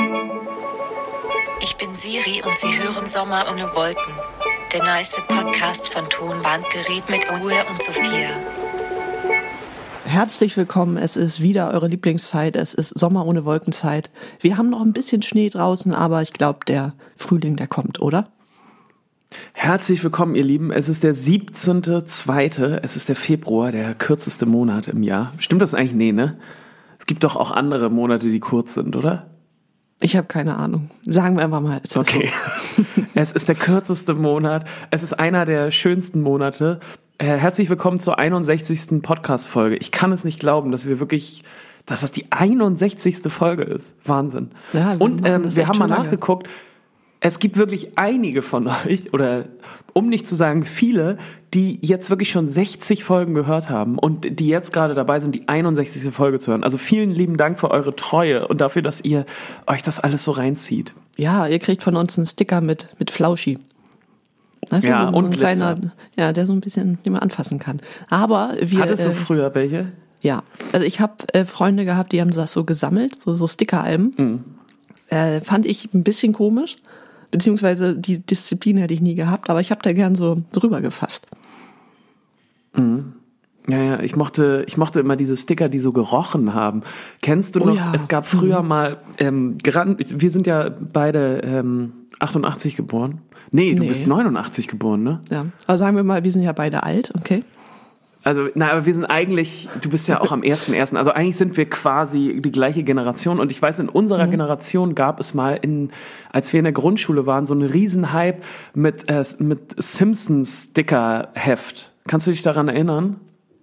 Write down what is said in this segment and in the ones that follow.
Ich bin Siri und Sie hören Sommer ohne Wolken. Der nice Podcast von Tonbandgerät mit Ole und Sophia. Herzlich willkommen, es ist wieder eure Lieblingszeit, es ist Sommer ohne Wolkenzeit. Wir haben noch ein bisschen Schnee draußen, aber ich glaube, der Frühling, der kommt, oder? Herzlich willkommen, ihr Lieben. Es ist der 17.2., es ist der Februar, der kürzeste Monat im Jahr. Stimmt das eigentlich? Nee, ne? Es gibt doch auch andere Monate, die kurz sind, oder? Ich habe keine Ahnung. Sagen wir einfach mal. Okay. Es ist der kürzeste Monat. Es ist einer der schönsten Monate. Herzlich willkommen zur 61. Podcast-Folge. Ich kann es nicht glauben, dass das die 61. Folge ist. Wahnsinn. Ja, und wir haben mal nachgeguckt. Es gibt wirklich einige von euch, oder um nicht zu sagen viele, die jetzt wirklich schon 60 Folgen gehört haben und die jetzt gerade dabei sind, die 61. Folge zu hören. Also vielen lieben Dank für eure Treue und dafür, dass ihr euch das alles so reinzieht. Ja, ihr kriegt von uns einen Sticker mit Flauschi. Weißt du, ja, so und ein kleiner, ja, der so ein bisschen, den man anfassen kann. Aber wir... Hattest du früher welche? Ja, also ich habe Freunde gehabt, die haben das so gesammelt, so Stickeralben. Fand ich ein bisschen komisch. Beziehungsweise die Disziplin hätte ich nie gehabt, aber ich habe da gern so drüber gefasst. Mhm. Ja, ich mochte immer diese Sticker, die so gerochen haben. Kennst du noch, ja. Es gab früher mal, wir sind ja beide 88 geboren. Nee, du bist 89 geboren, ne? Ja, aber sagen wir mal, wir sind ja beide alt, okay? Also, aber wir sind eigentlich, du bist ja auch am 1.1., also eigentlich sind wir quasi die gleiche Generation und ich weiß, in unserer Generation gab es mal, als wir in der Grundschule waren, so einen Riesenhype mit Simpsons-Sticker-Heft. Kannst du dich daran erinnern?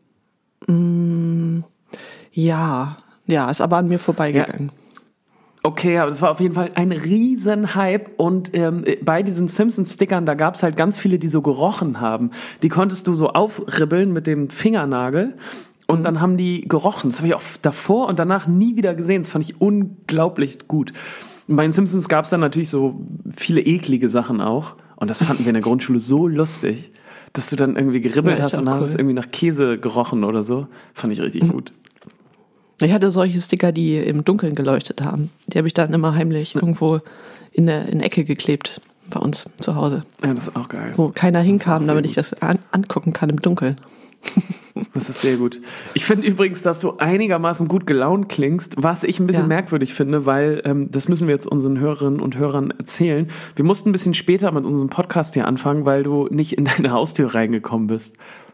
Ja, ist aber an mir vorbeigegangen. Ja. Okay, aber das war auf jeden Fall ein Riesenhype und bei diesen Simpsons-Stickern, da gab's halt ganz viele, die so gerochen haben. Die konntest du so aufribbeln mit dem Fingernagel und dann haben die gerochen. Das habe ich auch davor und danach nie wieder gesehen. Das fand ich unglaublich gut. Und bei den Simpsons gab's dann natürlich so viele eklige Sachen auch und das fanden wir in der Grundschule so lustig, dass du dann irgendwie geribbelt hast und dann hast es irgendwie nach Käse gerochen oder so. Fand ich richtig gut. Ich hatte solche Sticker, die im Dunkeln geleuchtet haben. Die habe ich dann immer heimlich irgendwo in der Ecke geklebt bei uns zu Hause. Ja, das ist auch geil. Wo keiner hinkam, damit ich das angucken kann im Dunkeln. Das ist sehr gut. Ich finde übrigens, dass du einigermaßen gut gelaunt klingst, was ich ein bisschen merkwürdig finde, weil das müssen wir jetzt unseren Hörerinnen und Hörern erzählen. Wir mussten ein bisschen später mit unserem Podcast hier anfangen, weil du nicht in deine Haustür reingekommen bist.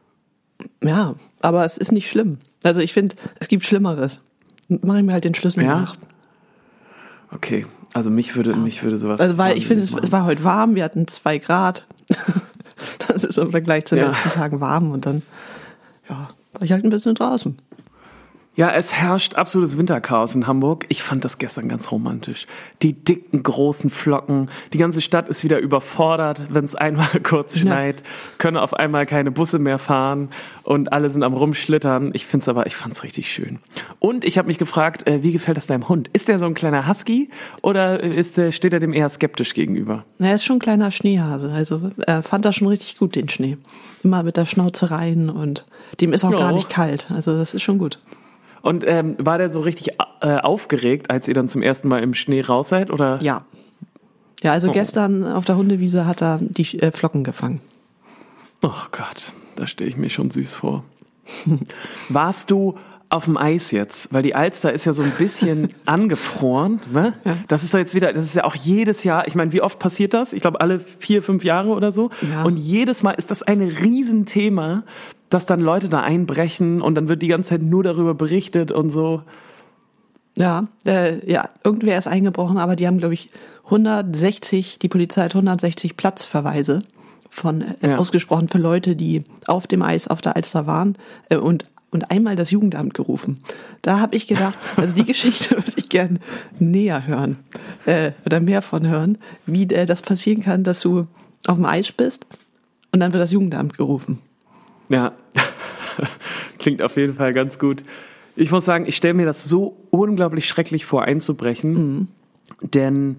Ja, aber es ist nicht schlimm. Also ich finde, es gibt Schlimmeres. Mach ich mir halt den Schlüssel nach. Okay, also mich würde sowas... Also weil ich finde, es war heute warm, wir hatten 2 Grad. Das ist im Vergleich zu den letzten Tagen warm und dann war ich halt ein bisschen draußen. Ja, es herrscht absolutes Winterchaos in Hamburg. Ich fand das gestern ganz romantisch. Die dicken, großen Flocken. Die ganze Stadt ist wieder überfordert, wenn es einmal kurz schneit. Können auf einmal keine Busse mehr fahren und alle sind am Rumschlittern. Ich fand's richtig schön. Und ich habe mich gefragt, wie gefällt das deinem Hund? Ist der so ein kleiner Husky oder steht er dem eher skeptisch gegenüber? Er ist schon ein kleiner Schneehase. Also er fand das schon richtig gut, den Schnee. Immer mit der Schnauze rein und dem ist auch gar nicht kalt. Also das ist schon gut. Und war der so richtig aufgeregt, als ihr dann zum ersten Mal im Schnee raus seid? Oder? Ja. Ja, also gestern auf der Hundewiese hat er die Flocken gefangen. Ach Gott, da stelle ich mir schon süß vor. Warst du auf dem Eis jetzt? Weil die Alster ist ja so ein bisschen angefroren. Ne? Ja. Das ist doch jetzt wieder, das ist ja auch jedes Jahr, ich meine, wie oft passiert das? Ich glaube, alle 4-5 Jahre oder so. Ja. Und jedes Mal ist das ein Riesenthema, dass dann Leute da einbrechen und dann wird die ganze Zeit nur darüber berichtet und so. Ja, irgendwer ist eingebrochen, aber die haben, glaube ich, die Polizei hat 160 Platzverweise ausgesprochen für Leute, die auf dem Eis auf der Alster waren und einmal das Jugendamt gerufen. Da habe ich gedacht, also die Geschichte würde ich gern näher hören oder mehr von hören, wie das passieren kann, dass du auf dem Eis bist und dann wird das Jugendamt gerufen. Ja, klingt auf jeden Fall ganz gut. Ich muss sagen, ich stelle mir das so unglaublich schrecklich vor, einzubrechen, denn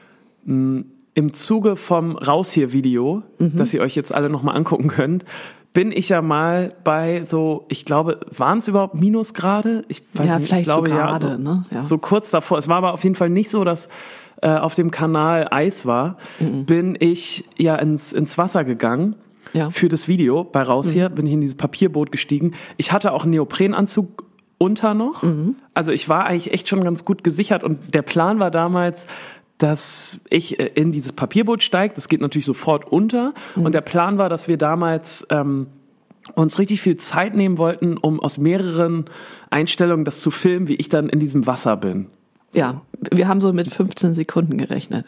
im Zuge vom Raus hier Video, das ihr euch jetzt alle nochmal angucken könnt, bin ich ja mal bei so, ich glaube, waren es überhaupt Minusgrade? Ich weiß nicht, vielleicht ich glaube, so gerade, ja, ne? Ja. So kurz davor. Es war aber auf jeden Fall nicht so, dass auf dem Kanal Eis war. Bin ich ja ins Wasser gegangen. Ja. Für das Video bei Raus hier bin ich in dieses Papierboot gestiegen. Ich hatte auch einen Neoprenanzug unter noch. Also ich war eigentlich echt schon ganz gut gesichert und der Plan war damals, dass ich in dieses Papierboot steige. Das geht natürlich sofort unter. Und der Plan war, dass wir damals uns richtig viel Zeit nehmen wollten, um aus mehreren Einstellungen das zu filmen, wie ich dann in diesem Wasser bin. Ja, wir haben so mit 15 Sekunden gerechnet.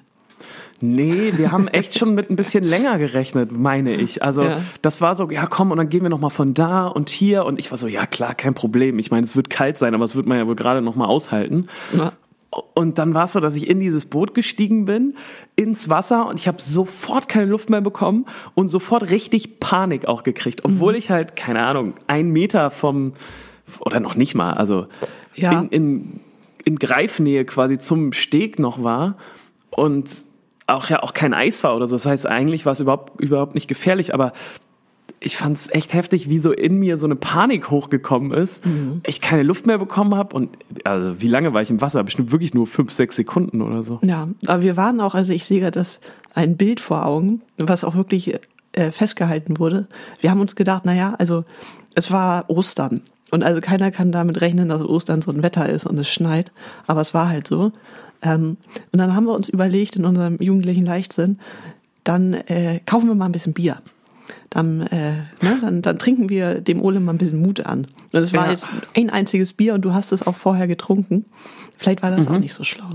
Nee, wir haben echt schon mit ein bisschen länger gerechnet, meine ich. Also das war so, ja komm, und dann gehen wir nochmal von da und hier. Und ich war so, ja klar, kein Problem. Ich meine, es wird kalt sein, aber es wird man ja wohl gerade nochmal aushalten. Ja. Und dann war es so, dass ich in dieses Boot gestiegen bin, ins Wasser, und ich habe sofort keine Luft mehr bekommen und sofort richtig Panik auch gekriegt. Obwohl ich halt, keine Ahnung, 1 Meter oder noch nicht mal, also in Greifnähe quasi zum Steg noch war und auch kein Eis war oder so. Das heißt, eigentlich war es überhaupt nicht gefährlich, aber ich fand es echt heftig, wie so in mir so eine Panik hochgekommen ist. Ich keine Luft mehr bekommen habe und also wie lange war ich im Wasser? Bestimmt wirklich nur 5-6 Sekunden oder so. Ja, aber wir waren auch, also ich sehe gerade ein Bild vor Augen, was auch wirklich festgehalten wurde. Wir haben uns gedacht, naja, also es war Ostern und also keiner kann damit rechnen, dass Ostern so ein Wetter ist und es schneit, aber es war halt so. Und dann haben wir uns überlegt in unserem jugendlichen Leichtsinn, dann kaufen wir mal ein bisschen Bier. Dann trinken wir dem Ole mal ein bisschen Mut an. Und es war jetzt ein einziges Bier und du hast es auch vorher getrunken. Vielleicht war das auch nicht so schlau.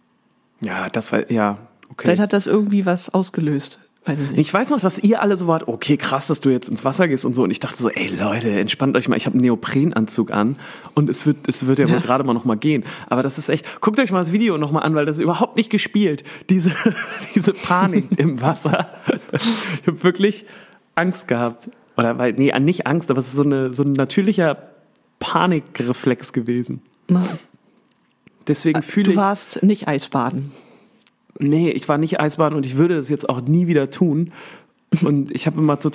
Ja, das war, okay. Vielleicht hat das irgendwie was ausgelöst. Weiß ich nicht. Ich weiß noch, dass ihr alle so wart, okay, krass, dass du jetzt ins Wasser gehst und so. Und ich dachte so, ey Leute, entspannt euch mal, ich habe einen Neoprenanzug an und es wird ja wohl gerade mal noch mal gehen. Aber das ist echt, guckt euch mal das Video noch mal an, weil das ist überhaupt nicht gespielt, diese Panik im Wasser. Ich habe wirklich Angst gehabt. Nicht Angst, aber es ist so ein natürlicher Panikreflex gewesen. Na. Deswegen fühle ich... Du warst nicht Eisbaden. Nee, ich war nicht Eisbaden und ich würde das jetzt auch nie wieder tun. Und ich habe immer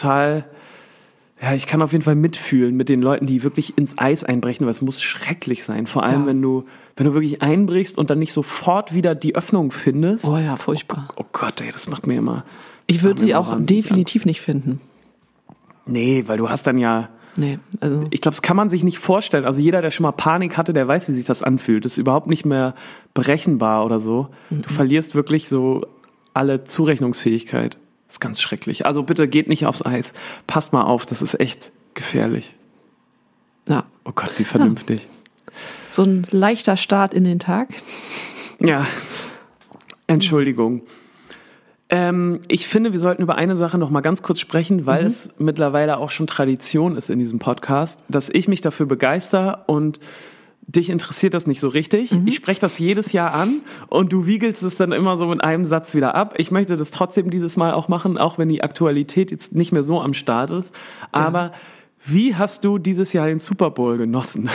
ich kann auf jeden Fall mitfühlen mit den Leuten, die wirklich ins Eis einbrechen, weil es muss schrecklich sein. Vor allem, wenn du wirklich einbrichst und dann nicht sofort wieder die Öffnung findest. Oh ja, furchtbar. Oh Gott, ey, das macht mir immer... Ich würde sie auch definitiv nicht finden. Nee, weil du hast dann ja... Nee, also ich glaube, das kann man sich nicht vorstellen. Also jeder, der schon mal Panik hatte, der weiß, wie sich das anfühlt. Das ist überhaupt nicht mehr berechenbar oder so. Du verlierst wirklich so alle Zurechnungsfähigkeit. Das ist ganz schrecklich. Also bitte geht nicht aufs Eis. Passt mal auf, das ist echt gefährlich. Ja. Oh Gott, wie vernünftig. Ja. So ein leichter Start in den Tag. Ja. Entschuldigung. Ich finde, wir sollten über eine Sache noch mal ganz kurz sprechen, weil es mittlerweile auch schon Tradition ist in diesem Podcast, dass ich mich dafür begeister und dich interessiert das nicht so richtig. Ich spreche das jedes Jahr an und du wiegelst es dann immer so mit einem Satz wieder ab. Ich möchte das trotzdem dieses Mal auch machen, auch wenn die Aktualität jetzt nicht mehr so am Start ist. Aber wie hast du dieses Jahr den Super Bowl genossen?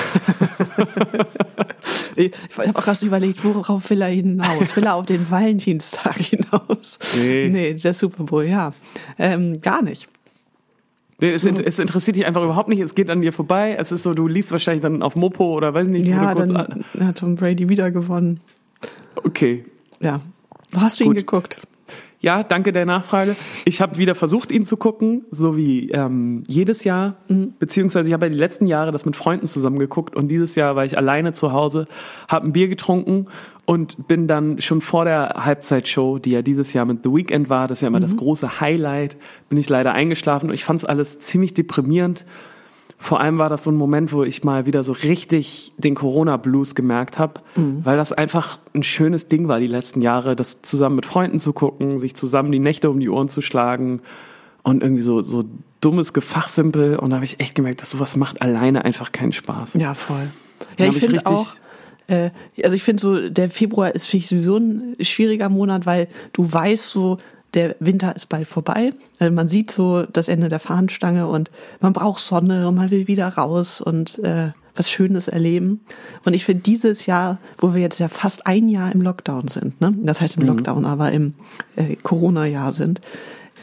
Ich habe auch gerade überlegt, worauf will er hinaus? Will er auf den Valentinstag hinaus? Nee, der Super Bowl, gar nicht. Nee, es interessiert dich einfach überhaupt nicht, es geht an dir vorbei. Es ist so, du liest wahrscheinlich dann auf Mopo oder weiß nicht. Ja, dann hat Tom Brady wieder gewonnen. Okay. Ja. Hast du ihn geguckt? Ja, danke der Nachfrage. Ich habe wieder versucht, ihn zu gucken, so wie jedes Jahr. Beziehungsweise ich habe ja die letzten Jahre das mit Freunden zusammen geguckt und dieses Jahr war ich alleine zu Hause, habe ein Bier getrunken und bin dann schon vor der Halbzeitshow, die ja dieses Jahr mit The Weeknd war, das ist ja immer das große Highlight, bin ich leider eingeschlafen und ich fand es alles ziemlich deprimierend. Vor allem war das so ein Moment, wo ich mal wieder so richtig den Corona-Blues gemerkt habe, weil das einfach ein schönes Ding war die letzten Jahre, das zusammen mit Freunden zu gucken, sich zusammen die Nächte um die Ohren zu schlagen und irgendwie so dummes Gefachsimpel. Und da habe ich echt gemerkt, dass sowas macht alleine einfach keinen Spaß. Ja, voll. Ja, ich finde auch, ich finde so, der Februar ist für mich sowieso ein schwieriger Monat, weil du weißt so, der Winter ist bald vorbei. Also man sieht so das Ende der Fahnenstange und man braucht Sonne und man will wieder raus und was Schönes erleben. Und ich finde dieses Jahr, wo wir jetzt ja fast ein Jahr im Lockdown sind, ne? Das heißt im Lockdown, aber im Corona-Jahr sind,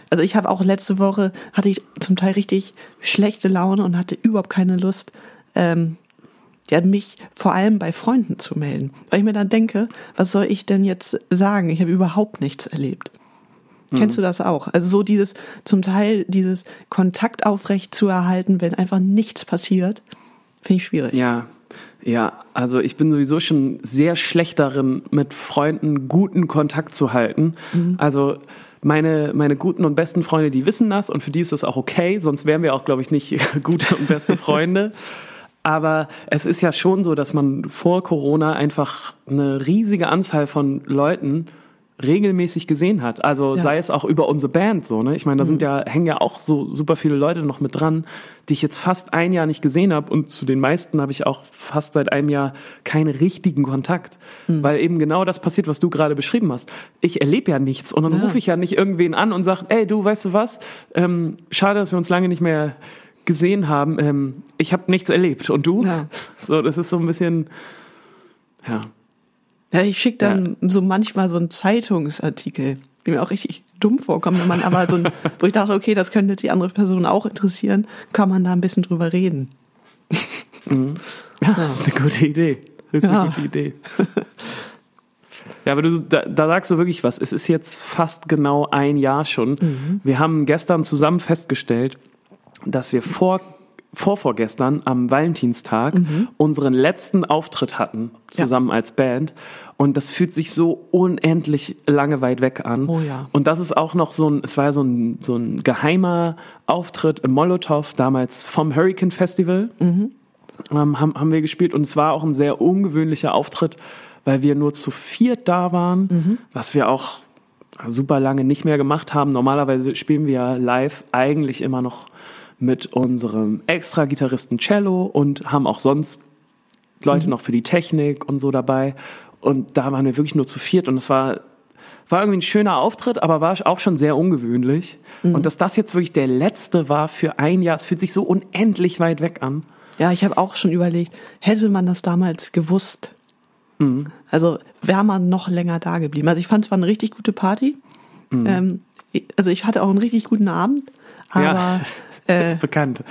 Also ich habe auch letzte Woche, hatte ich zum Teil richtig schlechte Laune und hatte überhaupt keine Lust, mich vor allem bei Freunden zu melden. Weil ich mir dann denke, was soll ich denn jetzt sagen? Ich habe überhaupt nichts erlebt. Kennst du das auch? Also so zum Teil dieses Kontakt aufrecht zu erhalten, wenn einfach nichts passiert, finde ich schwierig. Ja, also ich bin sowieso schon sehr schlecht darin, mit Freunden guten Kontakt zu halten. Also meine guten und besten Freunde, die wissen das und für die ist das auch okay, sonst wären wir auch, glaube ich, nicht gute und beste Freunde. Aber es ist ja schon so, dass man vor Corona einfach eine riesige Anzahl von Leuten regelmäßig gesehen hat. Also sei es auch über unsere Band so, ne? Ich meine, da hängen ja auch so super viele Leute noch mit dran, die ich jetzt fast ein Jahr nicht gesehen habe und zu den meisten habe ich auch fast seit einem Jahr keinen richtigen Kontakt, weil eben genau das passiert, was du gerade beschrieben hast. Ich erlebe ja nichts und dann rufe ich ja nicht irgendwen an und sage, ey, du, weißt du was? Schade, dass wir uns lange nicht mehr gesehen haben. Ich habe nichts erlebt. Und du? Ja. So, das ist so ein bisschen, Ja, ich schicke dann so manchmal so einen Zeitungsartikel, die mir auch richtig dumm vorkommt, wenn man aber wo ich dachte, okay, das könnte die andere Person auch interessieren, kann man da ein bisschen drüber reden. Ja, das ist eine gute Idee. Ja, aber da sagst du wirklich was. Es ist jetzt fast genau ein Jahr schon. Wir haben gestern zusammen festgestellt, dass wir vorgestern am Valentinstag unseren letzten Auftritt hatten, zusammen als Band. Und das fühlt sich so unendlich lange weit weg an. Oh ja. Und das ist auch noch es war so ein geheimer Auftritt im Molotow, damals vom Hurricane Festival, haben wir gespielt. Und es war auch ein sehr ungewöhnlicher Auftritt, weil wir nur zu 4 da waren, was wir auch super lange nicht mehr gemacht haben. Normalerweise spielen wir live eigentlich immer noch mit unserem Extra-Gitarristen Cello und haben auch sonst Leute noch für die Technik und so dabei. Und da waren wir wirklich nur zu 4 und es war irgendwie ein schöner Auftritt, aber war auch schon sehr ungewöhnlich. Und dass das jetzt wirklich der letzte war für ein Jahr, es fühlt sich so unendlich weit weg an. Ja, ich habe auch schon überlegt, hätte man das damals gewusst, also wäre man noch länger da geblieben. Also ich fand, es war eine richtig gute Party. Also ich hatte auch einen richtig guten Abend, aber das ist bekannt.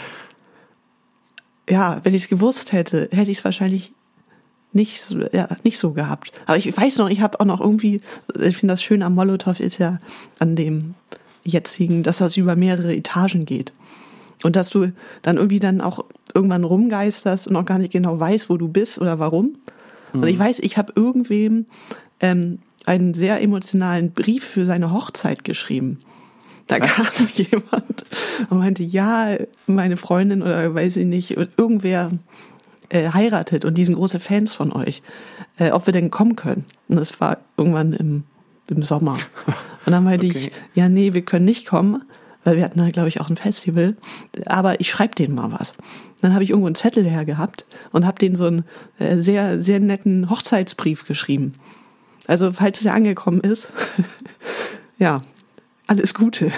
Ja, wenn ich es gewusst hätte, hätte ich es wahrscheinlich nicht so gehabt. Aber ich weiß noch, ich habe auch noch irgendwie, ich finde das schön am Molotow ist ja an dem jetzigen, dass das über mehrere Etagen geht. Und dass du dann irgendwie dann auch irgendwann rumgeisterst und auch gar nicht genau weißt, wo du bist oder warum. Und ich weiß, ich habe irgendwem einen sehr emotionalen Brief für seine Hochzeit geschrieben. Da kam jemand und meinte, ja, meine Freundin oder weiß ich nicht, irgendwer heiratet und die sind große Fans von euch, ob wir denn kommen können. Und das war irgendwann im Sommer. Und dann meinte ich, ja, nee, wir können nicht kommen, weil wir hatten da, glaube ich, auch ein Festival, aber ich schreibe denen mal was. Dann habe ich irgendwo einen Zettel hergehabt und habe denen so einen sehr, sehr netten Hochzeitsbrief geschrieben. Also, falls der angekommen ist, ja, alles Gute.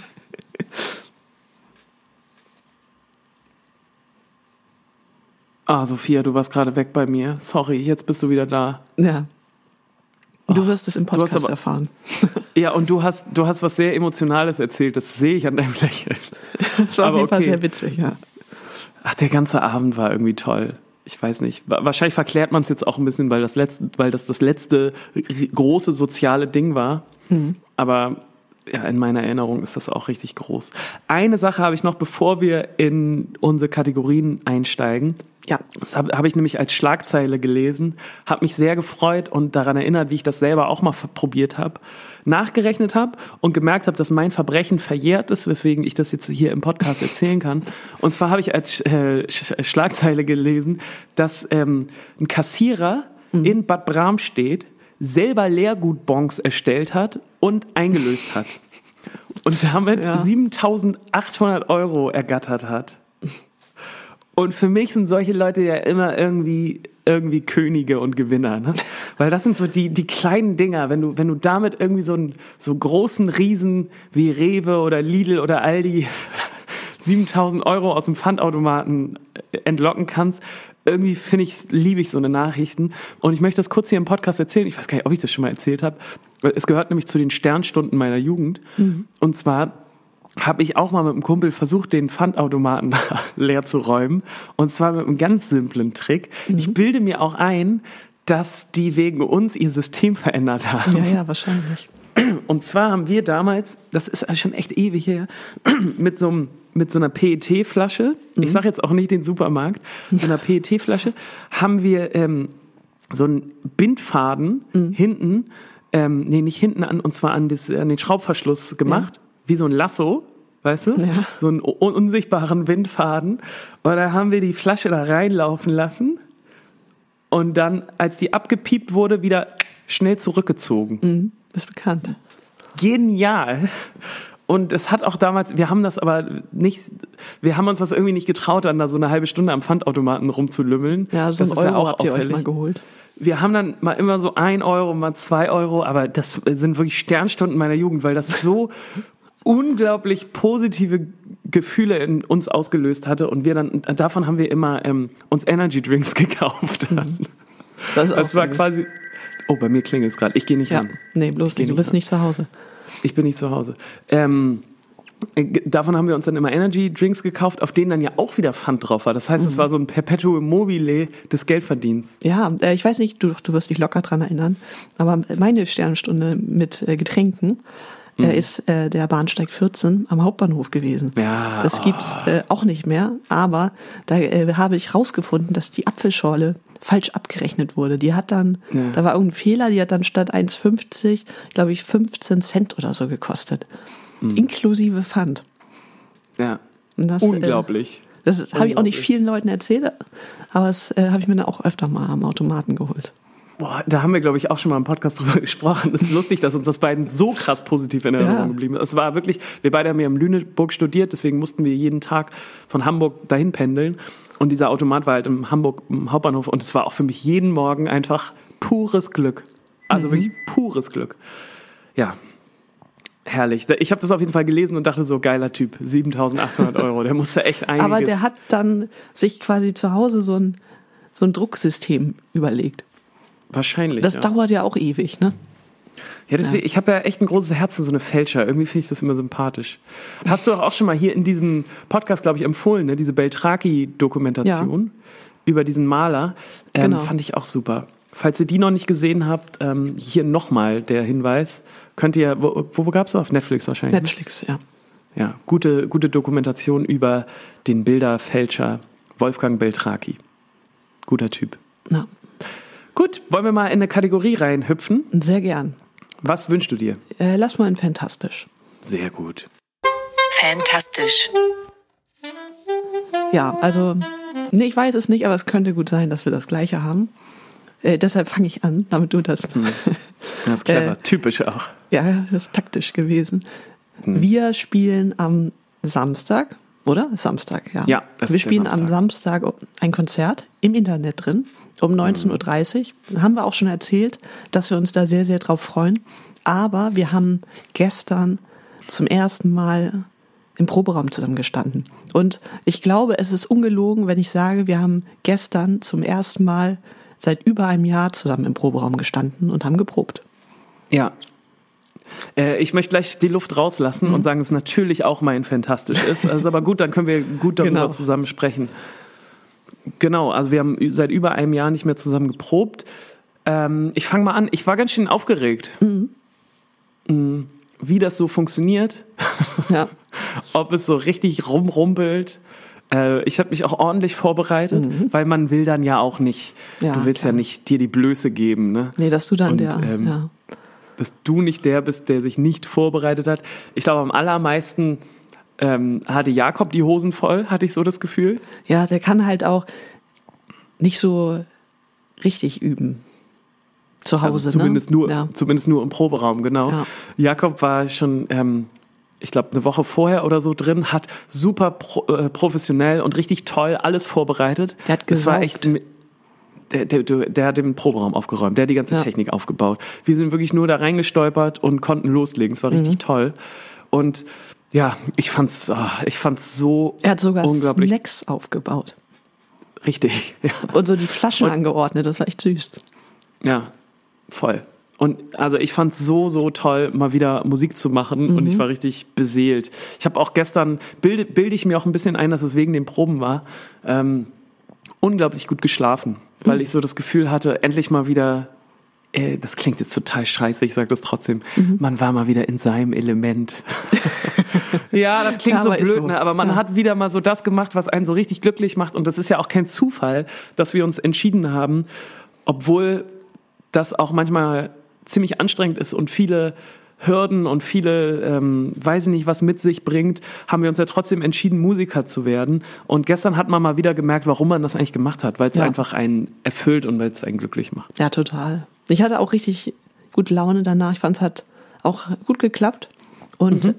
Sophia, du warst gerade weg bei mir. Sorry, jetzt bist du wieder da. Ja. Du wirst es im Podcast erfahren. Ja, und du hast was sehr Emotionales erzählt. Das sehe ich an deinem Lächeln. Das war auf jeden Fall sehr witzig, ja. Ach, der ganze Abend war irgendwie toll. Ich weiß nicht. Wahrscheinlich verklärt man es jetzt auch ein bisschen, weil das letzte große soziale Ding war. Aber ja, in meiner Erinnerung ist das auch richtig groß. Eine Sache habe ich noch, bevor wir in unsere Kategorien einsteigen. Ja. Das habe ich nämlich als Schlagzeile gelesen, habe mich sehr gefreut und daran erinnert, wie ich das selber auch mal probiert habe, nachgerechnet habe und gemerkt habe, dass mein Verbrechen verjährt ist, weswegen ich das jetzt hier im Podcast erzählen kann. Und zwar habe ich als Schlagzeile gelesen, dass ein Kassierer in Bad Bramstedt selber Leergutbons erstellt hat und eingelöst hat. Und damit 7.800 € ergattert hat. Und für mich sind solche Leute ja immer irgendwie Könige und Gewinner, ne? Weil das sind so die kleinen Dinger, wenn du damit irgendwie so großen Riesen wie Rewe oder Lidl oder Aldi 7.000 € aus dem Pfandautomaten entlocken kannst. Irgendwie liebe ich so eine Nachrichten. Und ich möchte das kurz hier im Podcast erzählen. Ich weiß gar nicht, ob ich das schon mal erzählt habe. Es gehört nämlich zu den Sternstunden meiner Jugend. Und zwar habe ich auch mal mit einem Kumpel versucht, den Pfandautomaten leer zu räumen. Und zwar mit einem ganz simplen Trick. Ich bilde mir auch ein, dass die wegen uns ihr System verändert haben. Ja, wahrscheinlich. Und zwar haben wir damals, das ist schon echt ewig her, mit so einer PET-Flasche, ich sage jetzt auch nicht den Supermarkt, mit so einer PET-Flasche, haben wir so einen Bindfaden hinten, nicht hinten an, und zwar an den Schraubverschluss gemacht, wie so ein Lasso, weißt du? Ja. So einen unsichtbaren Bindfaden. Und da haben wir die Flasche da reinlaufen lassen und dann, als die abgepiept wurde, wieder schnell zurückgezogen. Ist bekannt. Genial. Und es hat auch damals, wir haben uns das irgendwie nicht getraut, dann da so eine halbe Stunde am Pfandautomaten rumzulümmeln. Ja, so das ein Euro ja auch habt ihr auffällig. euch mal geholt. Wir haben dann mal immer so 1 Euro, mal 2 Euro, aber das sind wirklich Sternstunden meiner Jugend, weil das so unglaublich positive Gefühle in uns ausgelöst hatte und davon haben wir immer uns Energy Drinks gekauft. Das war quasi, oh, bei mir klingelt es gerade, ich gehe nicht ran. Nee, bloß nicht, du bist nicht zu Hause. Ich bin nicht zu Hause. Davon haben wir uns dann immer Energy Drinks gekauft, auf denen dann ja auch wieder Pfand drauf war. Das heißt, es war so ein Perpetuum mobile des Geldverdienens. Ja, ich weiß nicht, du wirst dich locker dran erinnern, aber meine Sternstunde mit Getränken ist der Bahnsteig 14 am Hauptbahnhof gewesen. Ja, das gibt's auch nicht mehr, aber da habe ich rausgefunden, dass die Apfelschorle falsch abgerechnet wurde. Die hat dann, da war irgendein Fehler, die hat dann statt 1,50, glaube ich, 15 Cent oder so gekostet. Inklusive Pfand. Ja, und das, unglaublich. Das habe ich auch nicht vielen Leuten erzählt, aber das habe ich mir dann auch öfter mal am Automaten geholt. Boah, da haben wir, glaube ich, auch schon mal im Podcast drüber gesprochen. Es ist lustig, dass uns das beiden so krass positiv in Erinnerung geblieben ist. Es war wirklich, wir beide haben ja in Lüneburg studiert, deswegen mussten wir jeden Tag von Hamburg dahin pendeln. Und dieser Automat war halt im Hamburg im Hauptbahnhof und es war auch für mich jeden Morgen einfach pures Glück. Also wirklich pures Glück. Ja, herrlich. Ich habe das auf jeden Fall gelesen und dachte so, geiler Typ, 7.800 Euro, der musste echt einiges... Aber der hat dann sich quasi zu Hause so ein Drucksystem überlegt. Wahrscheinlich, das dauert ja auch ewig, ne? Ja, deswegen, ich habe ja echt ein großes Herz für so eine Fälscher. Irgendwie finde ich das immer sympathisch. Hast du auch schon mal hier in diesem Podcast, glaube ich, empfohlen, ne? Diese Beltraki-Dokumentation über diesen Maler. Genau. Fand ich auch super. Falls ihr die noch nicht gesehen habt, hier nochmal der Hinweis. Könnt ihr, wo gab's das? Auf Netflix wahrscheinlich. Netflix, ne? Ja, gute Dokumentation über den Bilderfälscher Wolfgang Beltraki. Guter Typ. Ja. Gut, wollen wir mal in eine Kategorie reinhüpfen? Sehr gern. Was wünschst du dir? Lass mal in Fantastisch. Sehr gut. Fantastisch. Ja, also, nee, ich weiß es nicht, aber es könnte gut sein, dass wir das Gleiche haben. Deshalb fange ich an, damit du das... Das ist clever, typisch auch. Ja, das ist taktisch gewesen. Wir spielen am Samstag, oder? Samstag, ja. Ja, das wir ist spielen der Samstag. am Samstag ein Konzert im Internet drin. Um 19.30 Uhr. Haben wir auch schon erzählt, dass wir uns da sehr, sehr drauf freuen. Aber wir haben gestern zum ersten Mal im Proberaum zusammengestanden. Und ich glaube, es ist ungelogen, wenn ich sage, wir haben gestern zum ersten Mal seit über einem Jahr zusammen im Proberaum gestanden und haben geprobt. Ja. Ich möchte gleich die Luft rauslassen und sagen, dass es natürlich auch mein Fantastisch ist. Also, aber gut, dann können wir gut darüber zusammen sprechen. Genau, also wir haben seit über einem Jahr nicht mehr zusammen geprobt. Ich fange mal an. Ich war ganz schön aufgeregt, wie das so funktioniert. Ja. Ob es so richtig rumrumpelt. Ich habe mich auch ordentlich vorbereitet, weil man will dann ja auch nicht, du willst ja nicht dir die Blöße geben. Ne? Nee, dass du dann dass du nicht der bist, der sich nicht vorbereitet hat. Ich glaube, am allermeisten hatte Jakob die Hosen voll, hatte ich so das Gefühl. Ja, der kann halt auch nicht so richtig üben. Zu Hause, also zumindest nur im Proberaum, genau. Ja. Jakob war schon, ich glaube, eine Woche vorher oder so drin, hat super professionell und richtig toll alles vorbereitet. Der hat gesaugt. Das war echt... Der hat den Proberaum aufgeräumt, der hat die ganze Technik aufgebaut. Wir sind wirklich nur da reingestolpert und konnten loslegen. Es war richtig toll. Und ja, ich fand's so er hat sogar unglaublich. Snacks aufgebaut. Richtig, ja. Und so die Flaschen angeordnet, das war echt süß. Ja, voll. Und also ich fand es so toll, mal wieder Musik zu machen und ich war richtig beseelt. Ich habe auch gestern, bilde ich mir auch ein bisschen ein, dass es wegen den Proben war, unglaublich gut geschlafen, weil ich so das Gefühl hatte, endlich mal wieder, das klingt jetzt total scheiße, ich sage das trotzdem, man war mal wieder in seinem Element. Ja, das klingt so blöd, so. Ne? Aber man hat wieder mal so das gemacht, was einen so richtig glücklich macht und das ist ja auch kein Zufall, dass wir uns entschieden haben, obwohl das auch manchmal ziemlich anstrengend ist und viele Hürden und viele, weiß ich nicht, was mit sich bringt, haben wir uns ja trotzdem entschieden, Musiker zu werden. Und gestern hat man mal wieder gemerkt, warum man das eigentlich gemacht hat, weil es einfach einen erfüllt und weil es einen glücklich macht. Ja, total. Ich hatte auch richtig gute Laune danach. Ich fand, es hat auch gut geklappt. Und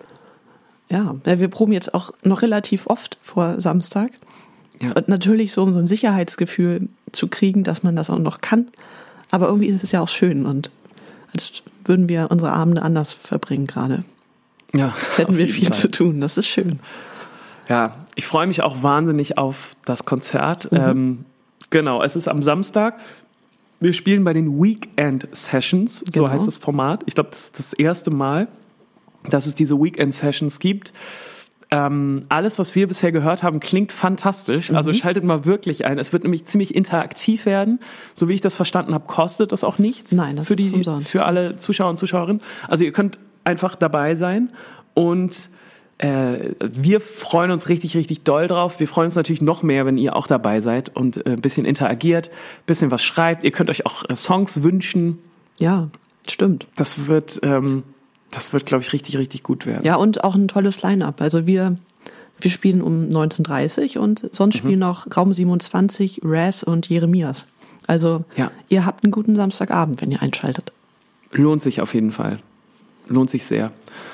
wir proben jetzt auch noch relativ oft vor Samstag. Ja. Und natürlich so, um so ein Sicherheitsgefühl zu kriegen, dass man das auch noch kann. Aber irgendwie ist es ja auch schön und als würden wir unsere Abende anders verbringen gerade. Ja, als hätten wir viel zu tun. Das ist schön. Ja, ich freue mich auch wahnsinnig auf das Konzert. Genau, es ist am Samstag. Wir spielen bei den Weekend Sessions, so heißt das Format. Ich glaube, das ist das erste Mal, dass es diese Weekend Sessions gibt. Alles, was wir bisher gehört haben, klingt fantastisch. Also schaltet mal wirklich ein. Es wird nämlich ziemlich interaktiv werden. So wie ich das verstanden habe, kostet das auch nichts. Nein, das ist umsonst. Für alle Zuschauer und Zuschauerinnen. Also ihr könnt einfach dabei sein. Und wir freuen uns richtig, richtig doll drauf. Wir freuen uns natürlich noch mehr, wenn ihr auch dabei seid und ein bisschen interagiert, ein bisschen was schreibt. Ihr könnt euch auch Songs wünschen. Ja, stimmt. Das wird, glaube ich, richtig, richtig gut werden. Ja, und auch ein tolles Line-Up. Also wir spielen um 19:30 und sonst spielen noch Raum 27, Raz und Jeremias. Also ihr habt einen guten Samstagabend, wenn ihr einschaltet. Lohnt sich auf jeden Fall. Lohnt sich sehr.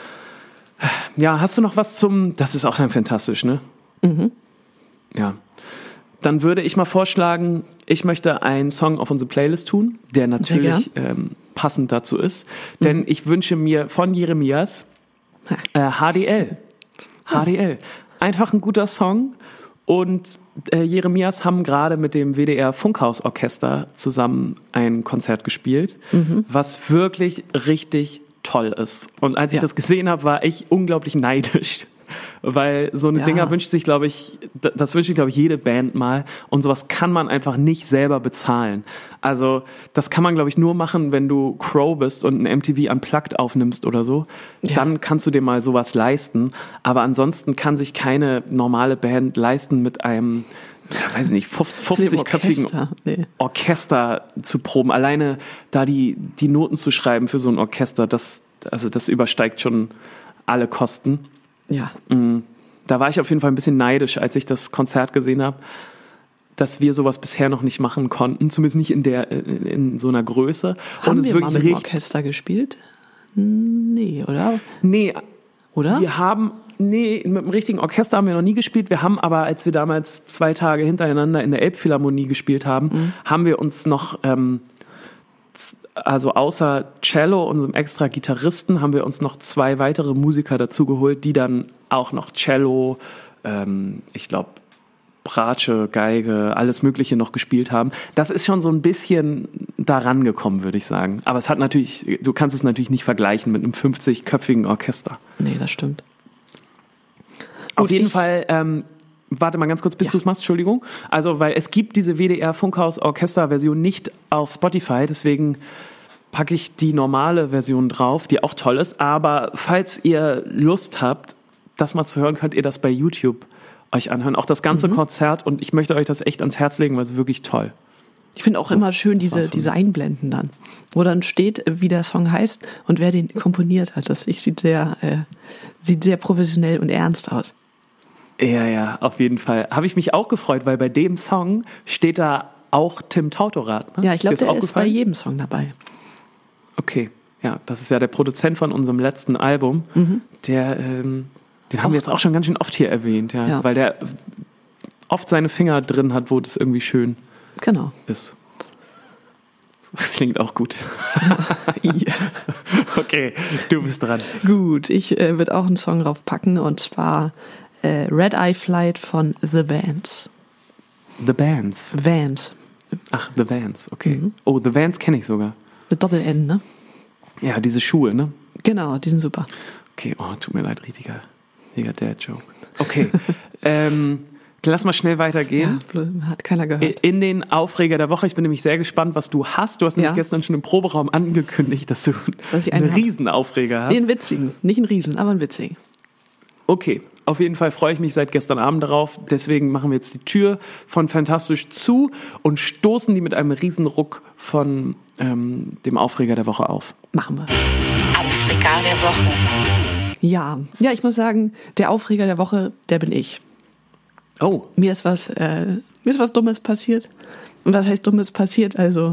Ja, hast du noch was das ist auch dann fantastisch, ne? Ja. Dann würde ich mal vorschlagen, ich möchte einen Song auf unsere Playlist tun, der natürlich passend dazu ist. Denn ich wünsche mir von Jeremias HDL. HDL. Einfach ein guter Song. Und Jeremias haben gerade mit dem WDR Funkhausorchester zusammen ein Konzert gespielt, was wirklich richtig toll ist. Und als ich das gesehen habe, war ich unglaublich neidisch. Weil so eine Dinger wünscht sich, glaube ich, das wünscht sich, glaube ich, jede Band mal. Und sowas kann man einfach nicht selber bezahlen. Also das kann man, glaube ich, nur machen, wenn du Crow bist und ein MTV Unplugged aufnimmst oder so. Ja. Dann kannst du dir mal sowas leisten. Aber ansonsten kann sich keine normale Band leisten, mit einem, weiß ich nicht, 50-köpfigen Orchester zu proben. Alleine da die Noten zu schreiben für so ein Orchester, das übersteigt schon alle Kosten. Ja. Da war ich auf jeden Fall ein bisschen neidisch, als ich das Konzert gesehen habe, dass wir sowas bisher noch nicht machen konnten, zumindest nicht in so einer Größe. Haben wir mal mit dem Orchester gespielt? Nee, oder? Nee. Oder? Mit dem richtigen Orchester haben wir noch nie gespielt. Wir haben aber, als wir damals 2 Tage hintereinander in der Elbphilharmonie gespielt haben, haben wir uns noch also außer Cello, unserem extra Gitarristen, haben wir uns noch 2 weitere Musiker dazu geholt, die dann auch noch Cello, ich glaube Bratsche, Geige, alles Mögliche noch gespielt haben. Das ist schon so ein bisschen daran gekommen, würde ich sagen. Aber es hat natürlich, du kannst es natürlich nicht vergleichen mit einem 50-köpfigen Orchester. Nee, das stimmt. Auf jeden Fall, warte mal ganz kurz, bis du es machst, Entschuldigung. Also, weil es gibt diese WDR Funkhaus Orchester-Version nicht auf Spotify, deswegen packe ich die normale Version drauf, die auch toll ist. Aber falls ihr Lust habt, das mal zu hören, könnt ihr das bei YouTube euch anhören. Auch das ganze Konzert, und ich möchte euch das echt ans Herz legen, weil es ist wirklich toll. Ich finde auch immer schön diese Einblenden dann, wo dann steht, wie der Song heißt und wer den komponiert hat. Das sieht sehr professionell und ernst aus. Ja, auf jeden Fall. Habe ich mich auch gefreut, weil bei dem Song steht da auch Tim Tautorat. Ne? Ja, ich glaube, der ist bei jedem Song dabei. Okay, ja, das ist ja der Produzent von unserem letzten Album. Den haben wir jetzt auch schon ganz schön oft hier erwähnt, weil der oft seine Finger drin hat, wo das irgendwie schön ist. Das klingt auch gut. Ja. Okay, du bist dran. Gut, ich würde auch einen Song draufpacken, und zwar Red Eye Flight von The Vans. The Bands? Vans. Ach, The Vans, okay. Oh, The Vans kenne ich sogar. Mit Doppel-N, ne? Ja, diese Schuhe, ne? Genau, die sind super. Okay, tut mir leid, richtiger Dad-Joke. Okay, lass mal schnell weitergehen. Ja, hat keiner gehört. In den Aufreger der Woche. Ich bin nämlich sehr gespannt, was du hast. Du hast nämlich gestern schon im Proberaum angekündigt, dass du einen Riesenaufreger hast. Nee, einen witzigen. Nicht einen Riesen, aber einen witzigen. Okay, auf jeden Fall freue ich mich seit gestern Abend darauf. Deswegen machen wir jetzt die Tür von Fantastisch zu und stoßen die mit einem Riesenruck von dem Aufreger der Woche auf. Machen wir. Aufreger der Woche. Ja, ich muss sagen, der Aufreger der Woche, der bin ich. Oh. Mir ist was Dummes passiert. Und was heißt Dummes passiert? Also,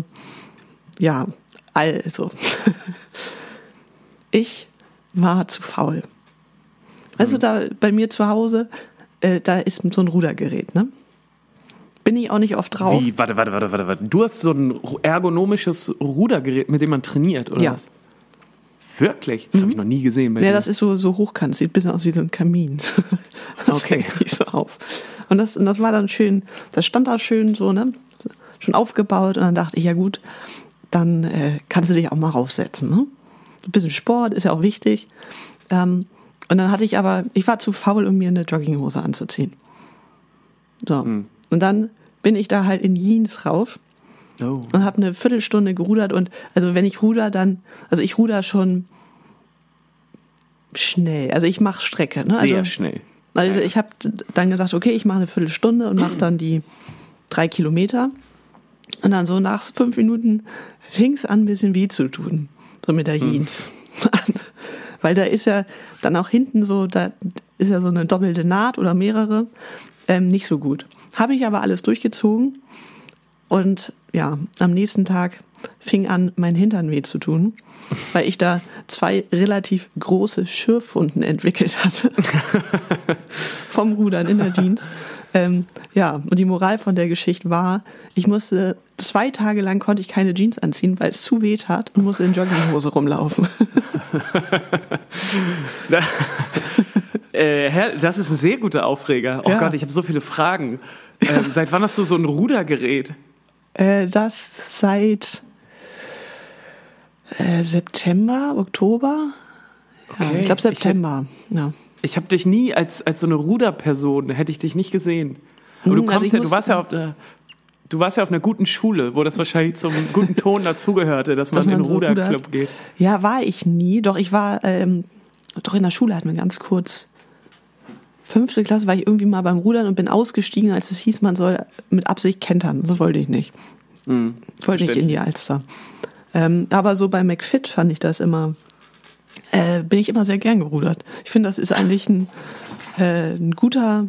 ich war zu faul. Also da bei mir zu Hause, da ist so ein Rudergerät, ne? Bin ich auch nicht oft drauf. Wie? Warte. Du hast so ein ergonomisches Rudergerät, mit dem man trainiert, oder was? Wirklich? Das habe ich noch nie gesehen. Ja, das ist so hochkant. Sieht ein bisschen aus wie so ein Kamin. Das fällt nicht so auf. Und das war dann schön, das stand da schön so, ne? Schon aufgebaut. Und dann dachte ich, ja gut, dann kannst du dich auch mal raufsetzen, ne? Ein bisschen Sport ist ja auch wichtig. Und dann ich war zu faul, um mir eine Jogginghose anzuziehen. So. Und dann bin ich da halt in Jeans rauf und habe eine Viertelstunde gerudert. Und also wenn ich ruder, ich ruder schon schnell. Also ich mache Strecke. Ne? Sehr schnell. Also ich habe dann gedacht, okay, ich mache eine Viertelstunde und mache dann die 3 Kilometer. Und dann so nach 5 Minuten fing es an, ein bisschen weh zu tun. So mit der Jeans. Weil da ist ja dann auch hinten so, da ist ja so eine doppelte Naht oder mehrere. Nicht so gut. Habe ich aber alles durchgezogen. Und ja, am nächsten Tag fing an, mein Hintern weh zu tun, weil ich da 2 relativ große Schürfwunden entwickelt hatte. Vom Rudern in der Jeans. Und die Moral von der Geschichte war, ich musste 2 Tage lang konnte ich keine Jeans anziehen, weil es zu weh tat und musste in Jogginghose rumlaufen. Das ist ein sehr guter Aufreger. Oh Gott, ich habe so viele Fragen. Seit wann hast du so ein Rudergerät? Das seit September, Oktober. Ja, Okay. ich glaube September. Ich habe dich nie als so eine Ruderperson, hätte ich dich nicht gesehen. Aber du warst ja auf einer guten Schule, wo das wahrscheinlich zum guten Ton dazugehörte, dass man in den Ruderclub geht. Ja, war ich nie. Doch, ich war, in der Schule hatten wir ganz kurz, 5. Klasse war ich irgendwie mal beim Rudern und bin ausgestiegen, als es hieß, man soll mit Absicht kentern. So wollte ich nicht. Ich wollte nicht in die Alster. Aber so bei McFit fand ich das immer, bin ich immer sehr gern gerudert. Ich finde, das ist eigentlich ein guter,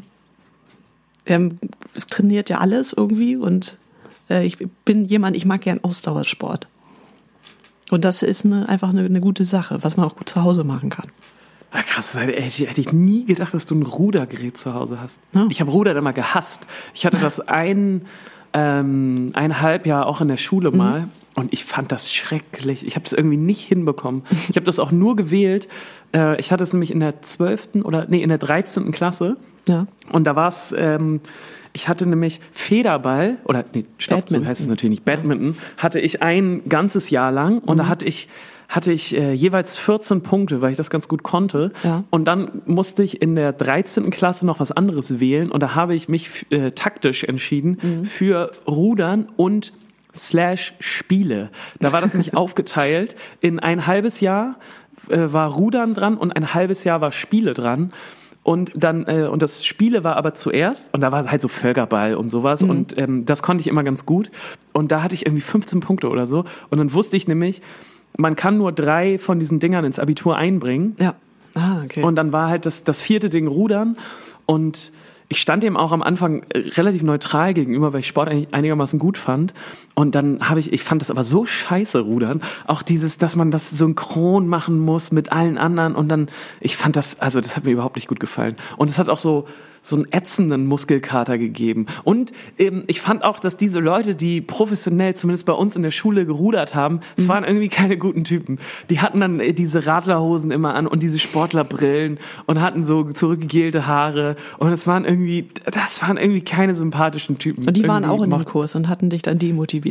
es trainiert ja alles irgendwie und ich mag gern Ausdauersport. Und das ist einfach eine gute Sache, was man auch gut zu Hause machen kann. Ah, krass, hätte ich nie gedacht, dass du ein Rudergerät zu Hause hast. Ja. Ich habe Rudern immer gehasst. Ich hatte das eineinhalb Jahr auch in der Schule mal und ich fand das schrecklich. Ich habe es irgendwie nicht hinbekommen. Ich habe das auch nur gewählt. Ich hatte es nämlich in der 13. Klasse. Ja. Und da war es, ich hatte nämlich Federball, so heißt es natürlich nicht, Badminton, hatte ich ein ganzes Jahr lang und da hatte ich jeweils 14 Punkte, weil ich das ganz gut konnte. Ja. Und dann musste ich in der 13. Klasse noch was anderes wählen und da habe ich mich taktisch entschieden für Rudern und /Spiele. Da war das nämlich aufgeteilt. In ein halbes Jahr war Rudern dran und ein halbes Jahr war Spiele dran. Und dann und das Spiele war aber zuerst und da war halt so Völkerball und sowas und das konnte ich immer ganz gut und da hatte ich irgendwie 15 Punkte oder so und dann wusste ich nämlich, man kann nur 3 von diesen Dingern ins Abitur einbringen. Ja. Ah, okay. Und dann war halt das 4. Ding Rudern und ich stand dem auch am Anfang relativ neutral gegenüber, weil ich Sport eigentlich einigermaßen gut fand. Und dann ich fand das aber so scheiße, Rudern. Auch dass man das synchron machen muss mit allen anderen. Und dann, ich fand das hat mir überhaupt nicht gut gefallen. Und es hat auch so einen ätzenden Muskelkater gegeben. Und ich fand auch, dass diese Leute, die professionell, zumindest bei uns in der Schule gerudert haben, es waren irgendwie keine guten Typen. Die hatten dann diese Radlerhosen immer an und diese Sportlerbrillen und hatten so zurückgegelte Haare. Und das waren irgendwie keine sympathischen Typen. Und die waren auch in dem Kurs und hatten dich dann demotiviert.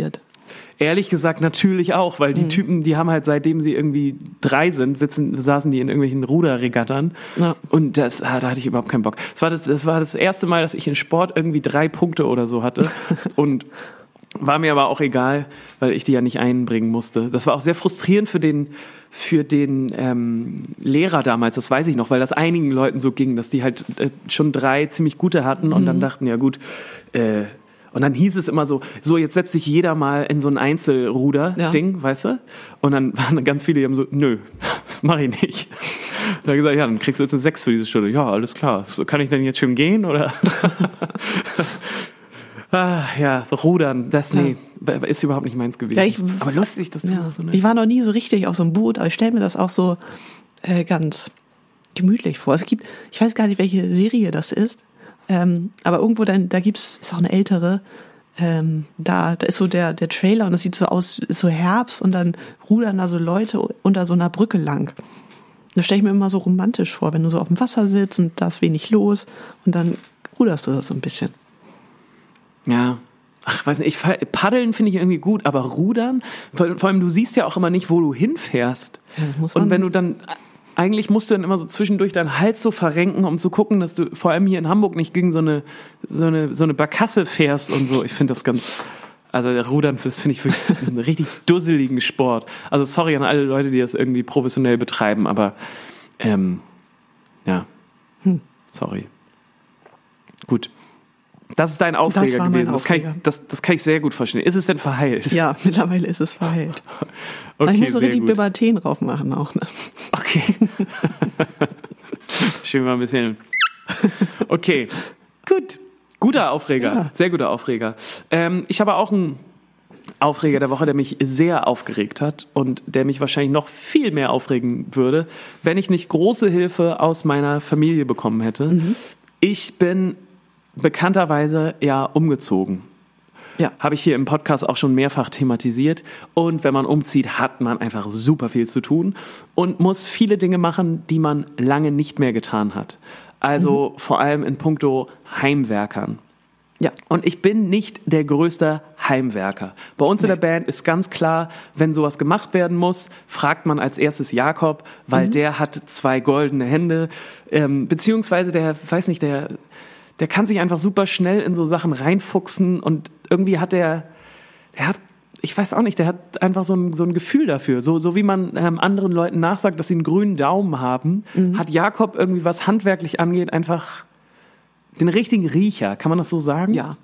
Ehrlich gesagt natürlich auch, weil die Typen, die haben halt seitdem sie irgendwie 3 sind, saßen die in irgendwelchen Ruderregattern. Ja. Und da hatte ich überhaupt keinen Bock. Das war das erste Mal, dass ich in Sport irgendwie 3 Punkte oder so hatte. Und war mir aber auch egal, weil ich die ja nicht einbringen musste. Das war auch sehr frustrierend für den Lehrer damals, das weiß ich noch, weil das einigen Leuten so ging, dass die halt schon 3 ziemlich gute hatten und dann dachten, ja gut, und dann hieß es immer so jetzt setzt sich jeder mal in so ein Einzelruder-Ding, weißt du? Und dann waren ganz viele, die haben so, nö, mach ich nicht. Und dann gesagt, ja, dann kriegst du jetzt eine 6 für diese Stunde. Ja, alles klar. So, kann ich denn jetzt schon gehen, oder? Ja, Rudern, ist überhaupt nicht meins gewesen. Ja, aber lustig, dass du so, ne? Ich war noch nie so richtig auf so einem Boot, aber ich stelle mir das auch so ganz gemütlich vor. Ich weiß gar nicht, welche Serie das ist, aber irgendwo ist auch eine ältere, da ist so der Trailer und das sieht so aus, ist so Herbst und dann rudern da so Leute unter so einer Brücke lang. Das stelle ich mir immer so romantisch vor, wenn du so auf dem Wasser sitzt und da ist wenig los und dann ruderst du das so ein bisschen. Ja, weiß nicht, Paddeln finde ich irgendwie gut, aber Rudern, vor allem du siehst ja auch immer nicht, wo du hinfährst. Ja, und wenn du dann, eigentlich musst du dann immer so zwischendurch deinen Hals so verrenken, um zu gucken, dass du vor allem hier in Hamburg nicht gegen so eine Barkasse fährst und so. Ich finde das Rudern, das finde ich wirklich einen richtig dusseligen Sport. Also sorry an alle Leute, die das irgendwie professionell betreiben, aber sorry. Gut. Das ist dein Aufreger gewesen. Das kann ich sehr gut verstehen. Ist es denn verheilt? Ja, mittlerweile ist es verheilt. Okay, ich muss so richtig Biberten drauf machen auch. Ne? Okay. Schön mal ein bisschen. Okay, gut. Guter Aufreger. Ja. Sehr guter Aufreger. Ich habe auch einen Aufreger der Woche, der mich sehr aufgeregt hat und der mich wahrscheinlich noch viel mehr aufregen würde, wenn ich nicht große Hilfe aus meiner Familie bekommen hätte. Mhm. Ich bin bekannterweise umgezogen. Ja. Habe ich hier im Podcast auch schon mehrfach thematisiert. Und wenn man umzieht, hat man einfach super viel zu tun und muss viele Dinge machen, die man lange nicht mehr getan hat. Also vor allem in puncto Heimwerkern. Ja. Und ich bin nicht der größte Heimwerker. Bei uns in der Band ist ganz klar, wenn sowas gemacht werden muss, fragt man als erstes Jakob, weil der hat 2 goldene Hände, beziehungsweise der kann sich einfach super schnell in so Sachen reinfuchsen und irgendwie hat ich weiß auch nicht, der hat einfach so ein Gefühl dafür. So wie man anderen Leuten nachsagt, dass sie einen grünen Daumen haben, hat Jakob irgendwie, was handwerklich angeht, einfach den richtigen Riecher. Kann man das so sagen? Ja.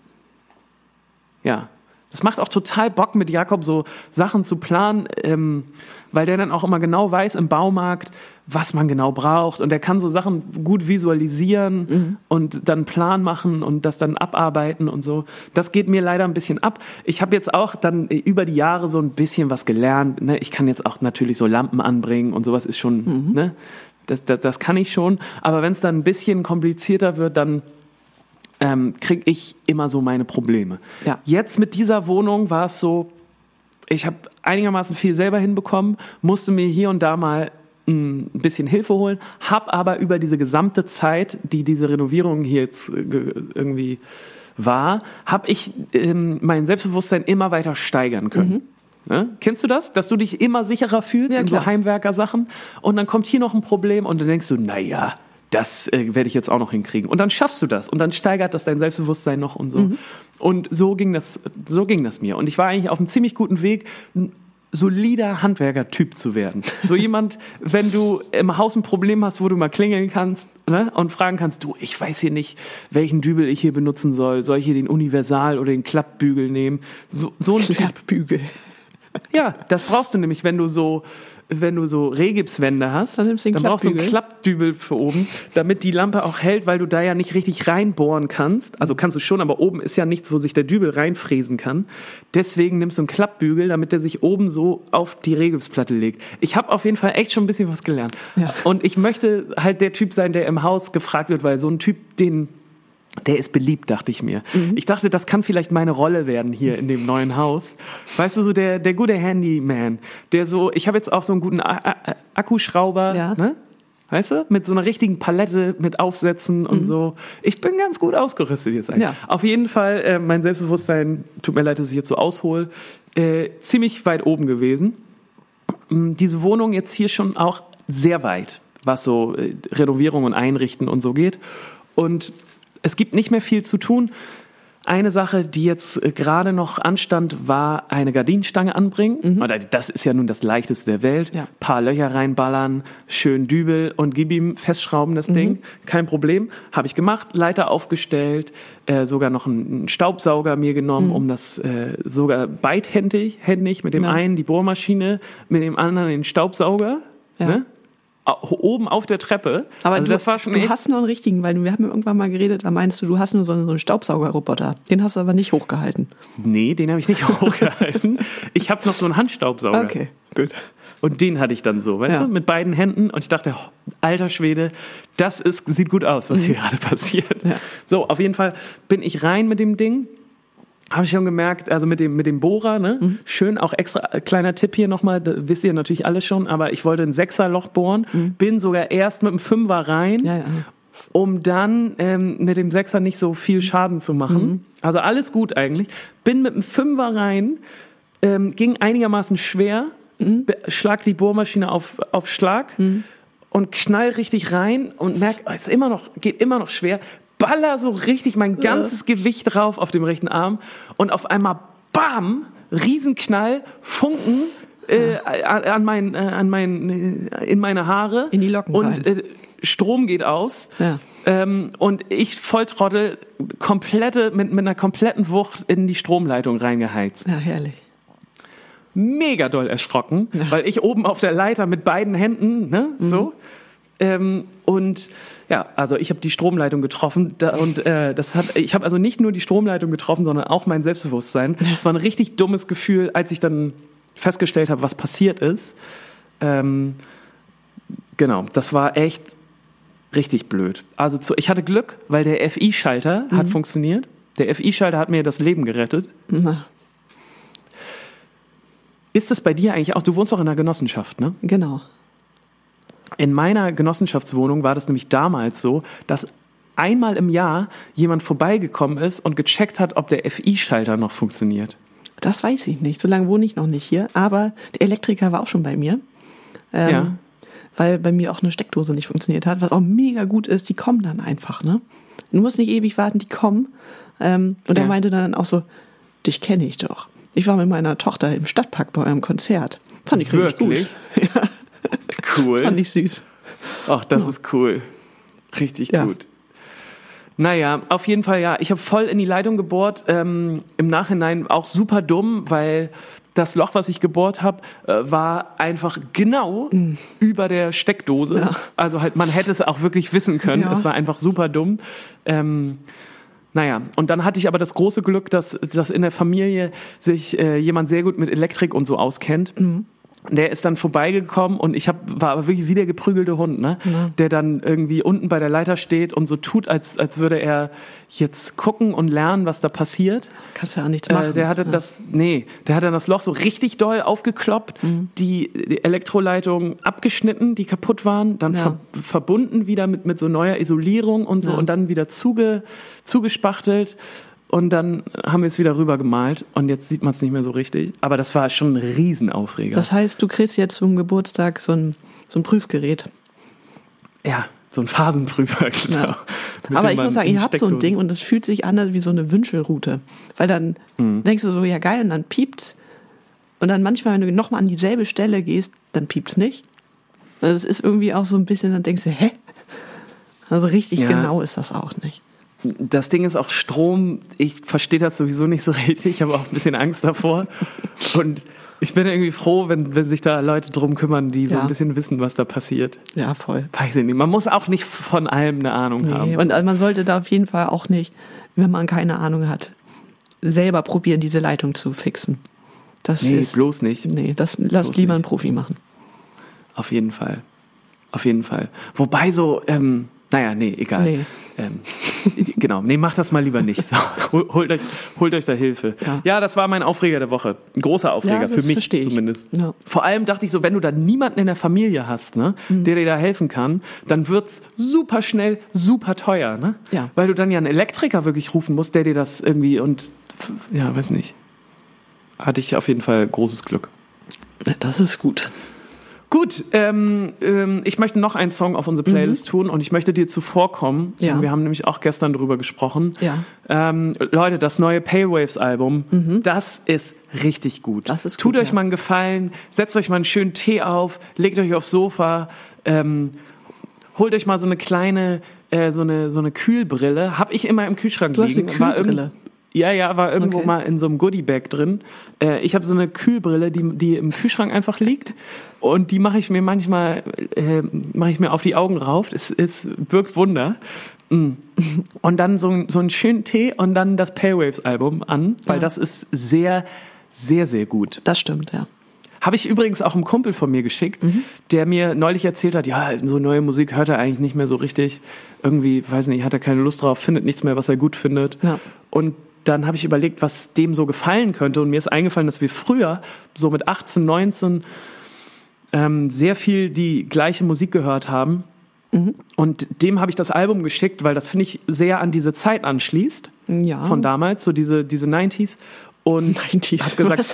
Ja. Das macht auch total Bock, mit Jakob so Sachen zu planen, weil der dann auch immer genau weiß im Baumarkt, was man genau braucht. Und der kann so Sachen gut visualisieren und dann Plan machen und das dann abarbeiten und so. Das geht mir leider ein bisschen ab. Ich habe jetzt auch dann über die Jahre so ein bisschen was gelernt. Ne? Ich kann jetzt auch natürlich so Lampen anbringen und sowas ist schon, ne? Das kann ich schon. Aber wenn es dann ein bisschen komplizierter wird, dann kriege ich immer so meine Probleme. Ja. Jetzt mit dieser Wohnung war es so, ich habe einigermaßen viel selber hinbekommen, musste mir hier und da mal ein bisschen Hilfe holen, habe aber über diese gesamte Zeit, die diese Renovierung hier jetzt irgendwie war, habe ich mein Selbstbewusstsein immer weiter steigern können. Ne? Kennst du das? Dass du dich immer sicherer fühlst in so Heimwerker-Sachen und dann kommt hier noch ein Problem und dann denkst du, naja, das werde ich jetzt auch noch hinkriegen. Und dann schaffst du das und dann steigert das dein Selbstbewusstsein noch und so. Und so ging das mir. Und ich war eigentlich auf einem ziemlich guten Weg, ein solider Handwerker-Typ zu werden. So jemand, wenn du im Haus ein Problem hast, wo du mal klingeln kannst, ne, und fragen kannst, du, ich weiß hier nicht, welchen Dübel ich hier benutzen soll. Soll ich hier den Universal oder den Klappbügel nehmen? So ein Klappbügel. Ja, das brauchst du nämlich, wenn du so Rehgipswände hast, dann brauchst du einen Klappdübel für oben, damit die Lampe auch hält, weil du da ja nicht richtig reinbohren kannst. Also kannst du schon, aber oben ist ja nichts, wo sich der Dübel reinfräsen kann. Deswegen nimmst du einen Klappbügel, damit der sich oben so auf die Rehgipsplatte legt. Ich habe auf jeden Fall echt schon ein bisschen was gelernt. Ja. Und ich möchte halt der Typ sein, der im Haus gefragt wird, weil so ein Typ, der ist beliebt, dachte ich mir. Ich dachte, das kann vielleicht meine Rolle werden hier in dem neuen Haus. Weißt du, so der gute Handyman, der so, ich habe jetzt auch so einen guten Akkuschrauber, ne? Weißt du? Mit so einer richtigen Palette, mit Aufsätzen und so. Ich bin ganz gut ausgerüstet jetzt eigentlich. Ja. Auf jeden Fall, mein Selbstbewusstsein, tut mir leid, dass ich jetzt so aushole, ziemlich weit oben gewesen. Diese Wohnung jetzt hier schon auch sehr weit, was so Renovierung und Einrichten und so geht. Und es gibt nicht mehr viel zu tun. Eine Sache, die jetzt gerade noch anstand, war eine Gardinenstange anbringen. Das ist ja nun das Leichteste der Welt. Ja. Paar Löcher reinballern, schön Dübel und gib ihm festschrauben das Ding. Kein Problem. Habe ich gemacht, Leiter aufgestellt, sogar noch einen Staubsauger mir genommen, um das sogar beidhändig mit dem einen die Bohrmaschine, mit dem anderen den Staubsauger. Ja. Ne? Oben auf der Treppe. Aber also das war schon du hast nur einen richtigen, weil wir haben irgendwann mal geredet, da meinst du hast nur so einen Staubsaugerroboter. Den hast du aber nicht hochgehalten. Nee, den habe ich nicht hochgehalten. Ich habe noch so einen Handstaubsauger. Okay, gut. Und den hatte ich dann so, weißt du, mit beiden Händen. Und ich dachte, alter Schwede, sieht gut aus, was hier gerade passiert. Ja. So, auf jeden Fall bin ich rein mit dem Ding. Habe ich schon gemerkt, also mit dem Bohrer, ne? Schön, auch extra, kleiner Tipp hier nochmal, wisst ihr natürlich alles schon, aber ich wollte ein 6er-Loch bohren, bin sogar erst mit dem 5er rein, um dann mit dem 6er nicht so viel Schaden zu machen. Also alles gut eigentlich. Bin mit dem 5er rein, ging einigermaßen schwer, schlag die Bohrmaschine auf Schlag und knall richtig rein und merk, es geht immer noch schwer. Baller so richtig mein ganzes Gewicht drauf auf dem rechten Arm und auf einmal BAM! Riesenknall, Funken in meine Haare. In die Locken und Strom geht aus. Ja. Und ich Volltrottel mit einer kompletten Wucht in die Stromleitung reingeheizt. Ja, herrlich. Mega doll erschrocken, weil ich oben auf der Leiter mit beiden Händen, ne, so. Und ja, also ich habe die Stromleitung getroffen ich habe also nicht nur die Stromleitung getroffen, sondern auch mein Selbstbewusstsein. Es war ein richtig dummes Gefühl, als ich dann festgestellt habe, was passiert ist. Genau, das war echt richtig blöd. Also ich hatte Glück, weil der FI-Schalter hat funktioniert. Der FI-Schalter hat mir das Leben gerettet. Na. Ist das bei dir eigentlich auch? Du wohnst doch in einer Genossenschaft, ne? Genau. In meiner Genossenschaftswohnung war das nämlich damals so, dass einmal im Jahr jemand vorbeigekommen ist und gecheckt hat, ob der FI-Schalter noch funktioniert. Das weiß ich nicht. So lange wohne ich noch nicht hier. Aber der Elektriker war auch schon bei mir. Weil bei mir auch eine Steckdose nicht funktioniert hat. Was auch mega gut ist, die kommen dann einfach, ne? Du musst nicht ewig warten, die kommen. Und er meinte dann auch so, dich kenne ich doch. Ich war mit meiner Tochter im Stadtpark bei eurem Konzert. Fand ich richtig gut. Ja. Cool. Fand ich süß. Ach, das ist cool. Richtig gut. Naja, auf jeden Fall, ja. Ich habe voll in die Leitung gebohrt. Im Nachhinein auch super dumm, weil das Loch, was ich gebohrt habe, war einfach genau über der Steckdose. Ja. Also halt, man hätte es auch wirklich wissen können. Es war einfach super dumm. Naja, und dann hatte ich aber das große Glück, dass in der Familie sich jemand sehr gut mit Elektrik und so auskennt. Der ist dann vorbeigekommen und war aber wirklich wie der geprügelte Hund, ne? Ja. Der dann irgendwie unten bei der Leiter steht und so tut, als würde er jetzt gucken und lernen, was da passiert. Kannst ja auch nichts machen. Der hatte das Loch so richtig doll aufgekloppt, die Elektroleitungen abgeschnitten, die kaputt waren, dann verbunden wieder mit so neuer Isolierung und so und dann wieder zugespachtelt. Und dann haben wir es wieder rüber gemalt und jetzt sieht man es nicht mehr so richtig. Aber das war schon ein Riesenaufreger. Das heißt, du kriegst jetzt zum Geburtstag so ein Prüfgerät. Ja, so ein Phasenprüfer. Genau. Ja. Aber ich muss sagen, ihr habt so ein Ding und es fühlt sich an wie so eine Wünschelrute. Weil dann denkst du so, ja geil, und dann piept's. Und dann manchmal, wenn du nochmal an dieselbe Stelle gehst, dann piept's nicht. Also es ist irgendwie auch so ein bisschen, dann denkst du, hä? Also richtig genau ist das auch nicht. Das Ding ist auch Strom, ich verstehe das sowieso nicht so richtig, ich habe auch ein bisschen Angst davor und ich bin irgendwie froh, wenn sich da Leute drum kümmern, die so ein bisschen wissen, was da passiert. Ja, voll. Weiß ich nicht, man muss auch nicht von allem eine Ahnung haben. Und also man sollte da auf jeden Fall auch nicht, wenn man keine Ahnung hat, selber probieren, diese Leitung zu fixen. Bloß nicht. Nee, lass lieber einen Profi machen. Auf jeden Fall. Wobei so, egal. Nee. Genau, nee, macht das mal lieber nicht. So, holt euch da Hilfe. Ja, das war mein Aufreger der Woche. Ein großer Aufreger, für mich zumindest. Ja. Vor allem dachte ich so, wenn du da niemanden in der Familie hast, ne, der dir da helfen kann, dann wird's super schnell, super teuer, ne? Ja. Weil du dann ja einen Elektriker wirklich rufen musst, der dir das irgendwie weiß nicht. Hatte ich auf jeden Fall großes Glück. Das ist gut. Gut, ich möchte noch einen Song auf unsere Playlist tun und ich möchte dir zuvorkommen. Ja. Wir haben nämlich auch gestern drüber gesprochen. Ja. Leute, das neue Pale Waves Album, das ist richtig gut. Das ist gut. Tut euch mal einen Gefallen, setzt euch mal einen schönen Tee auf, legt euch aufs Sofa, holt euch mal so eine kleine, so eine Kühlbrille. Hab ich immer im Kühlschrank liegen. Du hast eine Kühlbrille? War irgendwo mal in so einem Goodiebag drin. Ich habe so eine Kühlbrille, die im Kühlschrank einfach liegt und die mache ich mir manchmal auf die Augen rauf. Es wirkt Wunder. Und dann so einen schönen Tee und dann das Pale Waves Album an, weil das ist sehr, sehr, sehr gut. Das stimmt, ja. Habe ich übrigens auch einem Kumpel von mir geschickt, der mir neulich erzählt hat, ja, so neue Musik hört er eigentlich nicht mehr so richtig. Irgendwie, weiß nicht, hat er keine Lust drauf, findet nichts mehr, was er gut findet. Ja. Und dann habe ich überlegt, was dem so gefallen könnte. Und mir ist eingefallen, dass wir früher, so mit 18, 19, sehr viel die gleiche Musik gehört haben. Und dem habe ich das Album geschickt, weil das, finde ich, sehr an diese Zeit anschließt. Ja. Von damals, so diese 90s. Und habe gesagt...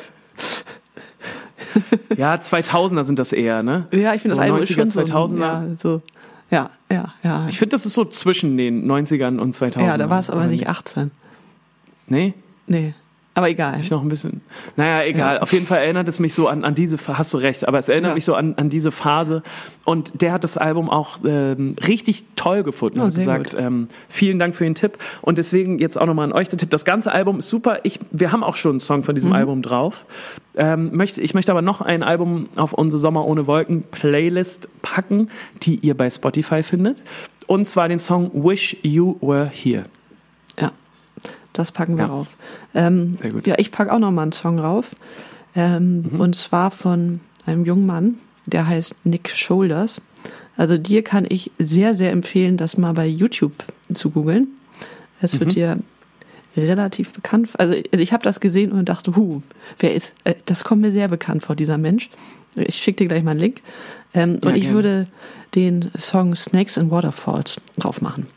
Ja, 2000er sind das eher, ne? Ja, ich finde so das Album schon 2000er. Ja. Ich finde, das ist so zwischen den 90ern und 2000ern. Ja, da war es aber nicht 18. Nee? Nee. Aber egal. Ich noch ein bisschen. Naja, egal. Ja. Auf jeden Fall erinnert es mich so an diese, hast du recht, aber es erinnert mich so an diese Phase. Und der hat das Album auch richtig toll gefunden. Hat gesagt, vielen Dank für den Tipp. Und deswegen jetzt auch nochmal an euch der Tipp. Das ganze Album ist super. Wir haben auch schon einen Song von diesem Album drauf. Ich möchte aber noch ein Album auf unsere Sommer ohne Wolken Playlist packen, die ihr bei Spotify findet. Und zwar den Song Wish You Were Here. Das packen wir rauf. Sehr gut. Ja, ich packe auch noch mal einen Song rauf. Und zwar von einem jungen Mann, der heißt Nick Shoulders. Also dir kann ich sehr, sehr empfehlen, das mal bei YouTube zu googeln. Es wird dir relativ bekannt. Also ich habe das gesehen und dachte, wer ist? Das kommt mir sehr bekannt vor, dieser Mensch. Ich schicke dir gleich mal einen Link. Und ich würde den Song Snakes and Waterfalls drauf machen.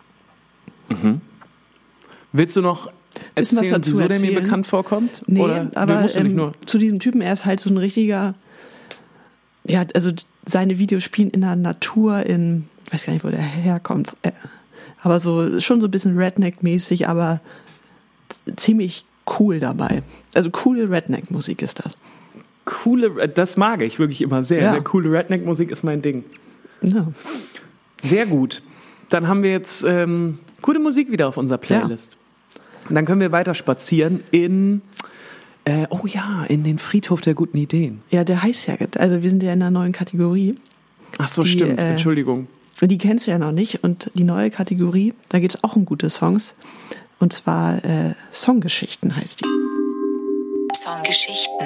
Willst du noch erzählen, wieso der mir bekannt vorkommt? Nee, oder aber zu diesem Typen, er ist halt so ein richtiger, ja, also seine Videos spielen in der Natur, ich weiß gar nicht, wo der herkommt, aber schon so ein bisschen Redneck-mäßig, aber ziemlich cool dabei. Also coole Redneck-Musik ist das. Das mag ich wirklich immer sehr. Ja. Coole Redneck-Musik ist mein Ding. Ja. Sehr gut. Dann haben wir jetzt gute Musik wieder auf unserer Playlist. Ja. Und dann können wir weiter spazieren in den Friedhof der guten Ideen. Ja, der heißt ja, also wir sind ja in einer neuen Kategorie. Ach so, stimmt, Entschuldigung. Die kennst du ja noch nicht und die neue Kategorie, da geht es auch um gute Songs. Und zwar Songgeschichten heißt die. Songgeschichten.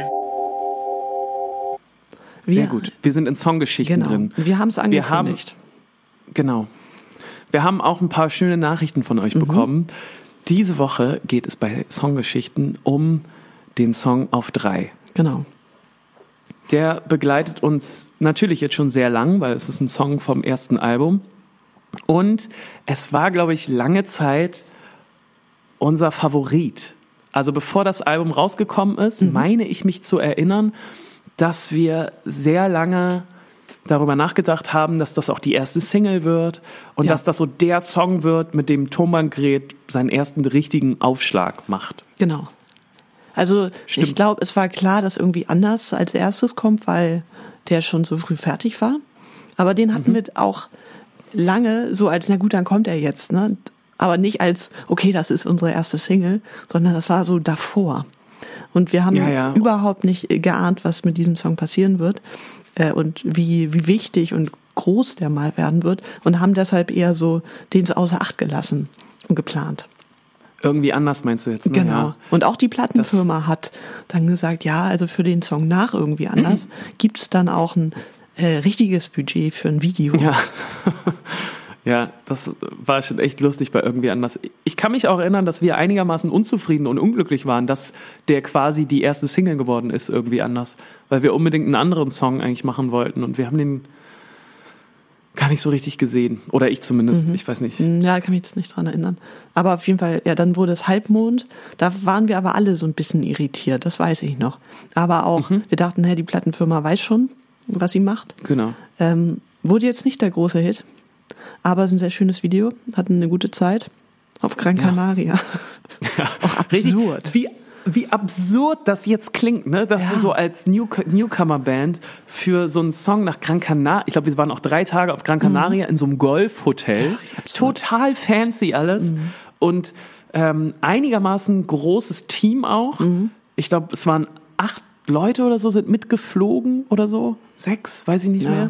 Sehr gut, wir sind in Songgeschichten drin. Wir haben es angekündigt. Wir haben auch ein paar schöne Nachrichten von euch bekommen. Diese Woche geht es bei Songgeschichten um den Song Auf 3. Genau. Der begleitet uns natürlich jetzt schon sehr lang, weil es ist ein Song vom ersten Album. Und es war, glaube ich, lange Zeit unser Favorit. Also bevor das Album rausgekommen ist, meine ich mich zu erinnern, dass wir sehr lange darüber nachgedacht haben, dass das auch die erste Single wird und dass das so der Song wird, mit dem Tonbandgerät seinen ersten richtigen Aufschlag macht. Genau. Also ich glaube, es war klar, dass irgendwie anders als erstes kommt, weil der schon so früh fertig war. Aber den hatten wir auch lange so als, na gut, dann kommt er jetzt, ne? Aber nicht als, okay, das ist unsere erste Single, sondern das war so davor. Und wir haben überhaupt nicht geahnt, was mit diesem Song passieren wird. Und wie wichtig und groß der mal werden wird und haben deshalb eher so den so außer Acht gelassen und geplant. Irgendwie anders meinst du jetzt? Ne? Genau. Ja. Und auch die Plattenfirma hat dann gesagt, ja, also für den Song nach irgendwie anders gibt's dann auch ein richtiges Budget für ein Video. Ja. Ja, das war schon echt lustig bei Irgendwie anders. Ich kann mich auch erinnern, dass wir einigermaßen unzufrieden und unglücklich waren, dass der quasi die erste Single geworden ist, Irgendwie anders. Weil wir unbedingt einen anderen Song eigentlich machen wollten und wir haben den gar nicht so richtig gesehen. Oder ich zumindest, ich weiß nicht. Ja, kann mich jetzt nicht dran erinnern. Aber auf jeden Fall, ja, dann wurde es Halbmond. Da waren wir aber alle so ein bisschen irritiert, das weiß ich noch. Aber auch, wir dachten, die Plattenfirma weiß schon, was sie macht. Genau. Wurde jetzt nicht der große Hit, aber es ist ein sehr schönes Video, hatten eine gute Zeit auf Gran Canaria. Ja. Auch absurd. Wie absurd das jetzt klingt, ne? Dass du so als Newcomer-Band für so einen Song nach Gran Canaria, ich glaube, wir waren auch 3 Tage auf Gran Canaria in so einem Golfhotel, total fancy alles und einigermaßen großes Team auch. Ich glaube, es waren 8 Leute oder so sind mitgeflogen oder so, 6, weiß ich nicht mehr.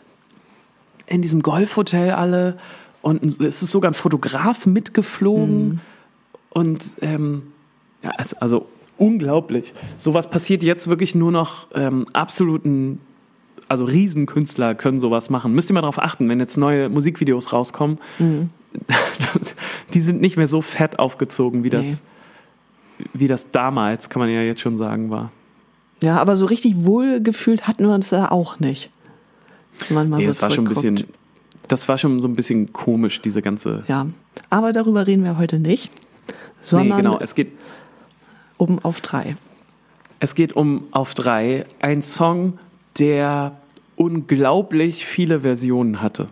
In diesem Golfhotel alle und es ist sogar ein Fotograf mitgeflogen und ja, also unglaublich. Sowas passiert jetzt wirklich nur noch absoluten, also Riesenkünstler können sowas machen. Müsst ihr mal darauf achten, wenn jetzt neue Musikvideos rauskommen, die sind nicht mehr so fett aufgezogen, wie das damals, kann man ja jetzt schon sagen, war. Ja, aber so richtig wohlgefühlt hatten wir uns da auch nicht. Das war schon so ein bisschen komisch, diese ganze... Ja, aber darüber reden wir heute nicht, sondern es geht um Auf 3. Es geht um Auf 3, ein Song, der unglaublich viele Versionen hatte.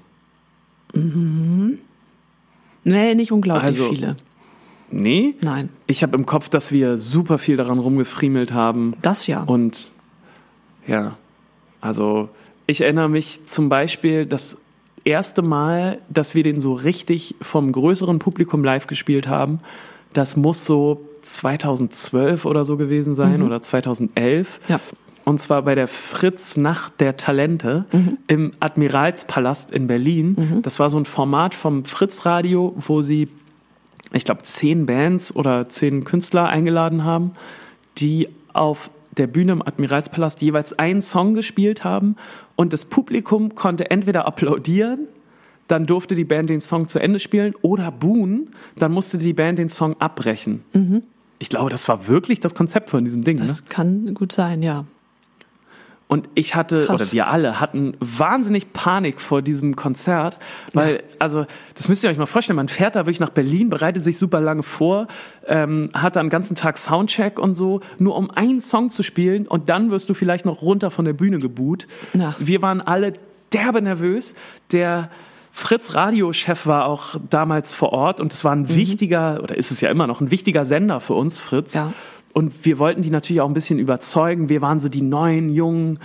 Nee, nicht unglaublich viele. Nee? Nein. Ich habe im Kopf, dass wir super viel daran rumgefriemelt haben. Das ja. Und ja, also ich erinnere mich zum Beispiel das erste Mal, dass wir den so richtig vom größeren Publikum live gespielt haben. Das muss so 2012 oder so gewesen sein oder 2011. Ja. Und zwar bei der Fritz Nacht der Talente im Admiralspalast in Berlin. Das war so ein Format vom Fritz Radio, wo sie, ich glaube, 10 Bands oder 10 Künstler eingeladen haben, die auf der Bühne im Admiralspalast jeweils einen Song gespielt haben und das Publikum konnte entweder applaudieren, dann durfte die Band den Song zu Ende spielen oder buhen, dann musste die Band den Song abbrechen. Ich glaube, das war wirklich das Konzept von diesem Ding. Das kann gut sein, ja. Und ich hatte, oder wir alle hatten wahnsinnig Panik vor diesem Konzert, weil, also, das müsst ihr euch mal vorstellen, man fährt da wirklich nach Berlin, bereitet sich super lange vor, hat dann den ganzen Tag Soundcheck und so, nur um einen Song zu spielen und dann wirst du vielleicht noch runter von der Bühne geboot. Ja. Wir waren alle derbe nervös. Der Fritz-Radio-Chef war auch damals vor Ort und es war ein wichtiger, oder ist es ja immer noch, ein wichtiger Sender für uns, Fritz. Ja. Und wir wollten die natürlich auch ein bisschen überzeugen. Wir waren so die neuen, jungen,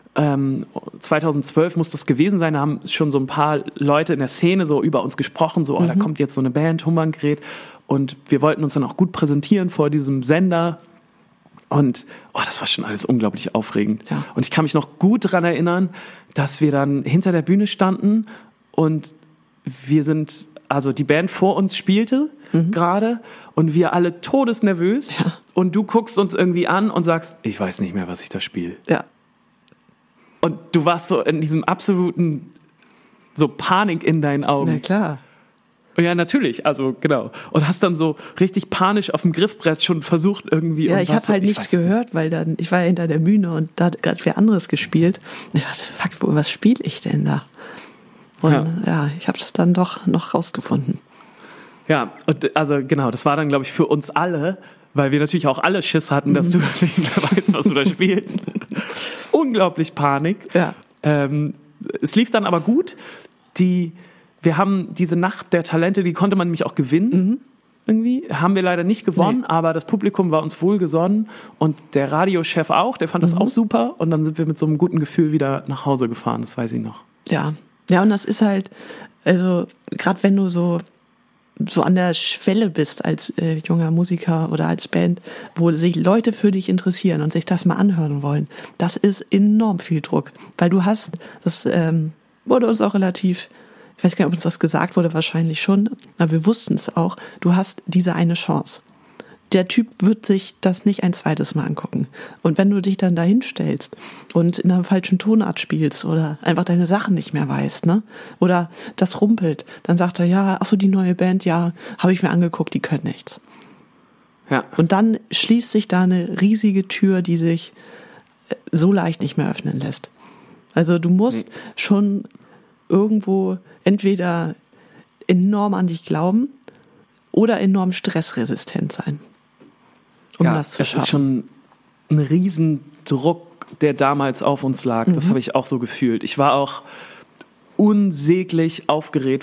2012 muss das gewesen sein, da haben schon so ein paar Leute in der Szene so über uns gesprochen, so, da kommt jetzt so eine Band, Humbandgerät. Und wir wollten uns dann auch gut präsentieren vor diesem Sender. Und das war schon alles unglaublich aufregend. Ja. Und ich kann mich noch gut daran erinnern, dass wir dann hinter der Bühne standen und die Band vor uns spielte gerade und wir alle todesnervös und du guckst uns irgendwie an und sagst, ich weiß nicht mehr, was ich da spiele. Ja. Und du warst so in diesem absoluten so Panik in deinen Augen. Na klar. Ja, natürlich, also genau. Und hast dann so richtig panisch auf dem Griffbrett schon versucht irgendwie. Ja, ich habe halt nichts gehört, weil ich war ja hinter der Bühne und da hat gerade wer anderes gespielt. Und ich dachte, fuck, was spiele ich denn da? Und ich habe es dann doch noch rausgefunden. Ja, und also genau, das war dann, glaube ich, für uns alle, weil wir natürlich auch alle Schiss hatten, dass du nicht mehr weißt, was du da spielst. Unglaublich Panik. Ja. Es lief dann aber gut. Wir haben diese Nacht der Talente, die konnte man nämlich auch gewinnen. Irgendwie. Haben wir leider nicht gewonnen, aber das Publikum war uns wohlgesonnen und der Radiochef auch, der fand das auch super und dann sind wir mit so einem guten Gefühl wieder nach Hause gefahren, das weiß ich noch. Ja, und das ist halt, also gerade wenn du so an der Schwelle bist als junger Musiker oder als Band, wo sich Leute für dich interessieren und sich das mal anhören wollen, das ist enorm viel Druck, weil du hast, das wurde uns auch relativ, ich weiß gar nicht, ob uns das gesagt wurde, wahrscheinlich schon, aber wir wussten es auch, du hast diese eine Chance. der Typ wird sich das nicht ein zweites Mal angucken. Und wenn du dich dann da hinstellst und in einer falschen Tonart spielst oder einfach deine Sachen nicht mehr weißt, ne? Oder das rumpelt, dann sagt er, ja, ach so, die neue Band, ja, habe ich mir angeguckt, die können nichts. Ja. Und dann schließt sich da eine riesige Tür, die sich so leicht nicht mehr öffnen lässt. Also du musst schon irgendwo entweder enorm an dich glauben oder enorm stressresistent sein, um das zu schaffen. Das ist schon ein Riesendruck, der damals auf uns lag. Das habe ich auch so gefühlt. Ich war auch unsäglich aufgeregt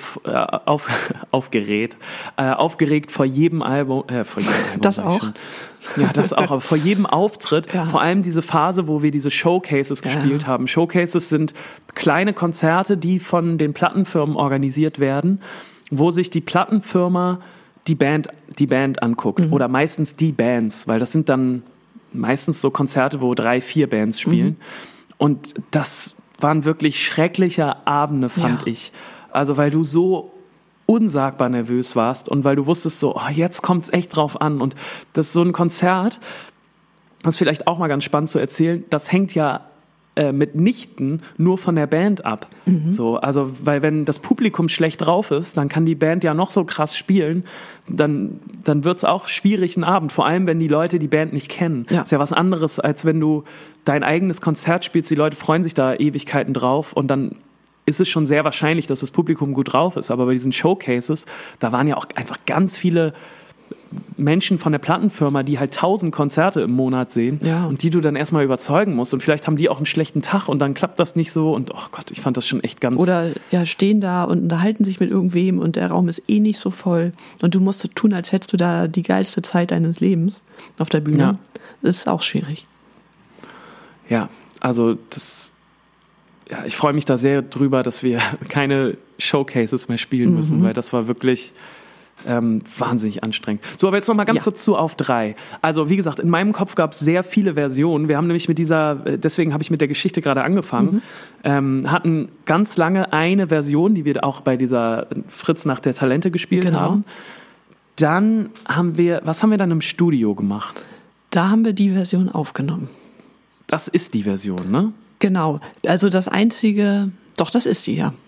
vor jedem Album. Das auch? Ja, das auch, aber vor jedem Auftritt. Ja. Vor allem diese Phase, wo wir diese Showcases gespielt haben. Showcases sind kleine Konzerte, die von den Plattenfirmen organisiert werden, wo sich die Plattenfirma die Band anguckt. Oder meistens die Bands, weil das sind dann meistens so Konzerte, wo 3, 4 Bands spielen. Und das waren wirklich schreckliche Abende, fand ich. Also weil du so unsagbar nervös warst und weil du wusstest so, oh, jetzt kommt's echt drauf an. Und das ist so ein Konzert, das ist vielleicht auch mal ganz spannend zu erzählen, das hängt ja mitnichten nur von der Band ab. So, also, weil wenn das Publikum schlecht drauf ist, dann kann die Band ja noch so krass spielen, dann wird's auch schwierig ein Abend, vor allem wenn die Leute die Band nicht kennen. Ja. Ist ja was anderes, als wenn du dein eigenes Konzert spielst, die Leute freuen sich da Ewigkeiten drauf und dann ist es schon sehr wahrscheinlich, dass das Publikum gut drauf ist. Aber bei diesen Showcases, da waren ja auch einfach ganz viele Menschen von der Plattenfirma, die halt 1000 Konzerte im Monat sehen und die du dann erstmal überzeugen musst. Und vielleicht haben die auch einen schlechten Tag und dann klappt das nicht so. Und oh Gott, ich fand das schon echt ganz... Oder stehen da und unterhalten sich mit irgendwem und der Raum ist eh nicht so voll. Und du musst so tun, als hättest du da die geilste Zeit deines Lebens auf der Bühne. Ja. Das ist auch schwierig. Ja, also ich freue mich da sehr drüber, dass wir keine Showcases mehr spielen müssen, weil das war wirklich... wahnsinnig anstrengend. So, aber jetzt noch mal ganz kurz zu Auf 3. Also, wie gesagt, in meinem Kopf gab es sehr viele Versionen. Wir haben nämlich deswegen habe ich mit der Geschichte gerade angefangen, hatten ganz lange eine Version, die wir auch bei dieser Fritz Nacht der Talente gespielt haben. Dann was haben wir dann im Studio gemacht? Da haben wir die Version aufgenommen. Das ist die Version, ne? Genau. Also das einzige, doch, das ist die, ja.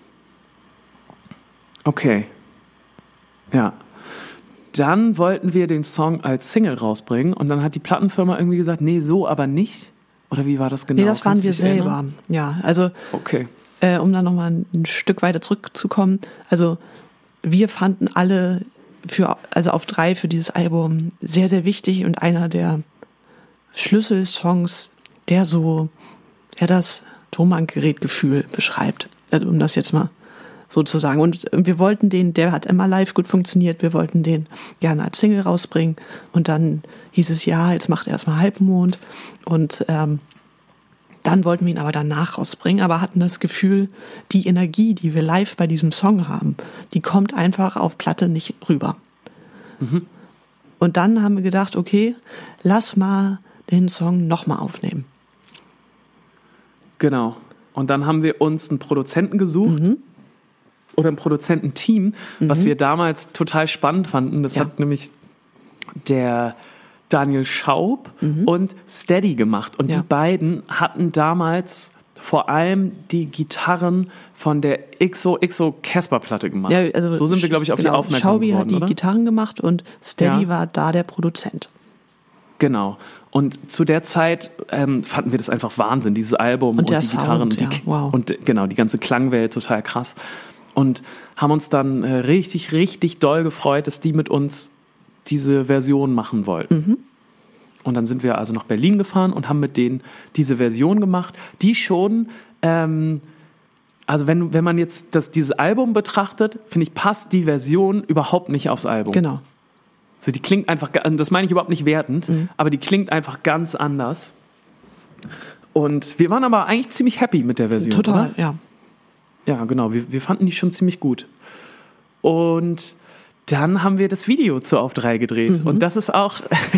Okay. Ja. Dann wollten wir den Song als Single rausbringen und dann hat die Plattenfirma irgendwie gesagt, nee, so aber nicht. Oder wie war das genau? Nee, das waren wir selber. Erinnern? Ja, also okay. Um dann nochmal ein Stück weiter zurückzukommen, also wir fanden alle Auf 3 für dieses Album sehr, sehr wichtig und einer der Schlüsselsongs, der so das Tonbandgerät-Gefühl beschreibt. Also um das jetzt mal sozusagen. Und wir wollten der hat immer live gut funktioniert, wir wollten den gerne als Single rausbringen und dann hieß es, jetzt macht er erstmal Halbmond und dann wollten wir ihn aber danach rausbringen, aber hatten das Gefühl, die Energie, die wir live bei diesem Song haben, die kommt einfach auf Platte nicht rüber. Und dann haben wir gedacht, okay, lass mal den Song nochmal aufnehmen. Genau. Und dann haben wir uns einen Produzenten gesucht, oder ein Produzententeam, was wir damals total spannend fanden. Das hat nämlich der Daniel Schaub und Steady gemacht. Und die beiden hatten damals vor allem die Gitarren von der XOXO Casper-Platte gemacht. Ja, also so sind wir, glaube ich, auf die aufmerksam geworden, Schaubi hat die Gitarren gemacht und Steady war da der Produzent. Genau. Und zu der Zeit fanden wir das einfach Wahnsinn, dieses Album und die Gitarren und die ganze Klangwelt total krass. Und haben uns dann richtig, richtig doll gefreut, dass die mit uns diese Version machen wollten. Und dann sind wir also nach Berlin gefahren und haben mit denen diese Version gemacht, die schon, also wenn man jetzt dieses Album betrachtet, finde ich, passt die Version überhaupt nicht aufs Album. Genau. Also die klingt einfach, das meine ich überhaupt nicht wertend, aber die klingt einfach ganz anders. Und wir waren aber eigentlich ziemlich happy mit der Version. Total, oder? Ja. Ja, genau. Wir fanden die schon ziemlich gut. Und dann haben wir das Video zu Auf 3 gedreht. Und das ist auch...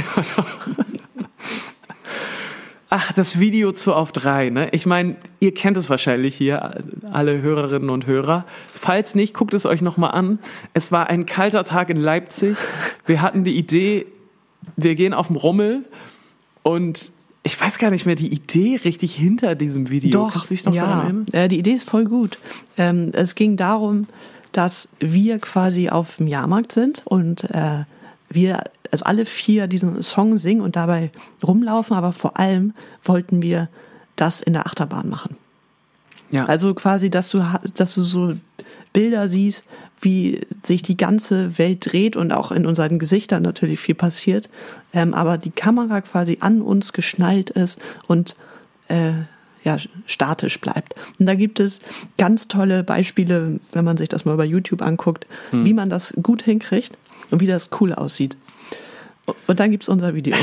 Ach, das Video zu Auf 3, ne? Ich meine, ihr kennt es wahrscheinlich hier, alle Hörerinnen und Hörer. Falls nicht, guckt es euch nochmal an. Es war ein kalter Tag in Leipzig. Wir hatten die Idee, wir gehen auf dem Rummel und ich weiß gar nicht mehr die Idee richtig hinter diesem Video. Doch, kannst du dich noch daran erinnern? Die Idee ist voll gut. Es ging darum, dass wir quasi auf dem Jahrmarkt sind und wir, also alle 4 diesen Song singen und dabei rumlaufen, aber vor allem wollten wir das in der Achterbahn machen. Ja. Also quasi, dass du so Bilder siehst, wie sich die ganze Welt dreht und auch in unseren Gesichtern natürlich viel passiert, aber die Kamera quasi an uns geschnallt ist und statisch bleibt. Und da gibt es ganz tolle Beispiele, wenn man sich das mal bei YouTube anguckt, wie man das gut hinkriegt und wie das cool aussieht. Und dann gibt's unser Video.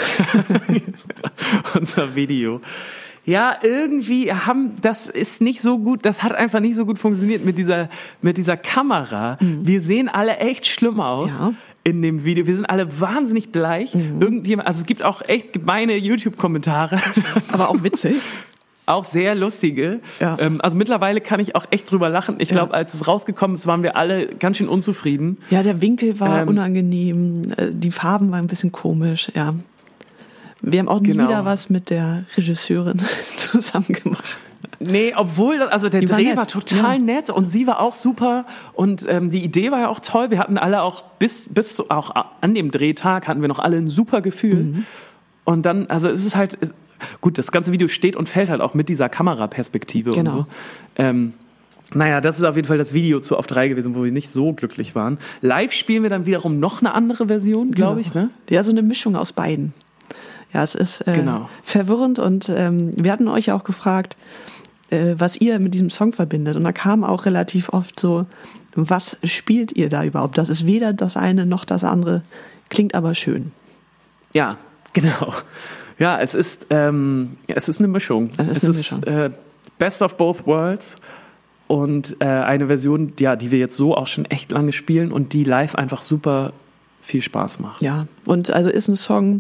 Unser Video. Ja, irgendwie das ist nicht so gut, das hat einfach nicht so gut funktioniert mit dieser Kamera. Wir sehen alle echt schlimm aus. Ja. In dem Video. Wir sind alle wahnsinnig bleich. Also es gibt auch echt gemeine YouTube-Kommentare. Aber auch witzig. Auch sehr lustige. Ja. Also mittlerweile kann ich auch echt drüber lachen. Ich glaube, als es rausgekommen ist, waren wir alle ganz schön unzufrieden. Ja, der Winkel war unangenehm. Die Farben waren ein bisschen komisch, ja. Wir haben auch nie wieder was mit der Regisseurin zusammen gemacht. Nee, obwohl, also der Dreh war total nett und sie war auch super und die Idee war ja auch toll. Wir hatten alle auch bis auch an dem Drehtag hatten wir noch alle ein super Gefühl. Und dann, also es ist halt, gut, das ganze Video steht und fällt halt auch mit dieser Kameraperspektive und so. Naja, das ist auf jeden Fall das Video zu Auf 3 gewesen, wo wir nicht so glücklich waren. Live spielen wir dann wiederum noch eine andere Version, glaube ich, ne? Ja, so eine Mischung aus beiden. Ja, es ist verwirrend und wir hatten euch auch gefragt, was ihr mit diesem Song verbindet. Und da kam auch relativ oft so, was spielt ihr da überhaupt? Das ist weder das eine noch das andere, klingt aber schön. Ja, genau. Ja, es ist eine Mischung. Es ist Best of Both Worlds und eine Version, ja, die wir jetzt so auch schon echt lange spielen und die live einfach super viel Spaß macht. Ja, und also ist ein Song,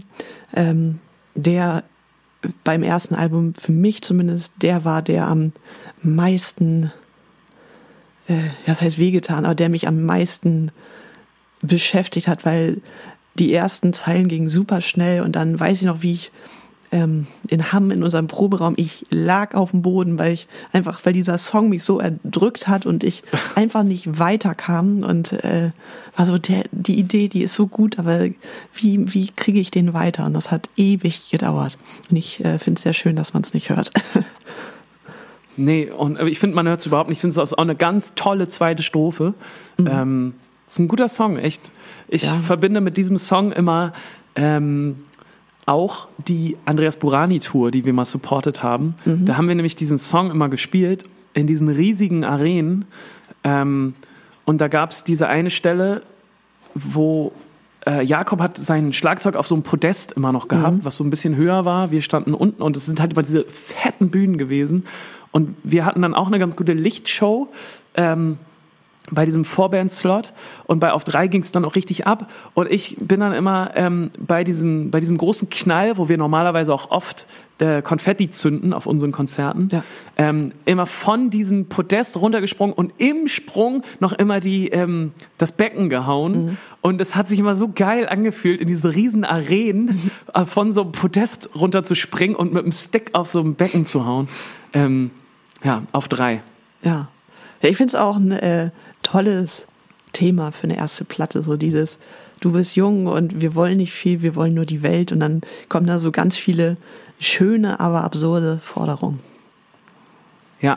der beim ersten Album für mich zumindest der war, der am meisten, das heißt wehgetan, aber der mich am meisten beschäftigt hat, weil die ersten Zeilen gingen super schnell und dann weiß ich noch, wie ich in Hamm in unserem Proberaum, ich lag auf dem Boden, weil dieser Song mich so erdrückt hat und ich einfach nicht weiterkam und war so die Idee, die ist so gut, aber wie kriege ich den weiter? Und das hat ewig gedauert und ich finde es sehr schön, dass man es nicht hört. Nee, und ich finde, man hört es überhaupt nicht. Ich finde, es ist auch eine ganz tolle zweite Strophe. Ist ein guter Song, echt. Ich verbinde mit diesem Song immer auch die Andreas Burani Tour, die wir mal supportet haben. Da haben wir nämlich diesen Song immer gespielt in diesen riesigen Arenen. Und da gab es diese eine Stelle, wo Jakob hat sein Schlagzeug auf so einem Podest immer noch gehabt, was so ein bisschen höher war. Wir standen unten und es sind halt über diese fetten Bühnen gewesen. Und wir hatten dann auch eine ganz gute Lichtshow bei diesem Vorband-Slot und bei Auf 3 ging es dann auch richtig ab und ich bin dann immer bei diesem großen Knall, wo wir normalerweise auch oft Konfetti zünden auf unseren Konzerten, immer von diesem Podest runtergesprungen und im Sprung noch immer das Becken gehauen und es hat sich immer so geil angefühlt, in diese riesen Arenen von so einem Podest runterzuspringen und mit dem Stick auf so einem Becken zu hauen. Auf 3. Ja, ich finde es auch ein tolles Thema für eine erste Platte, so dieses, du bist jung und wir wollen nicht viel, wir wollen nur die Welt und dann kommen da so ganz viele schöne, aber absurde Forderungen. Ja,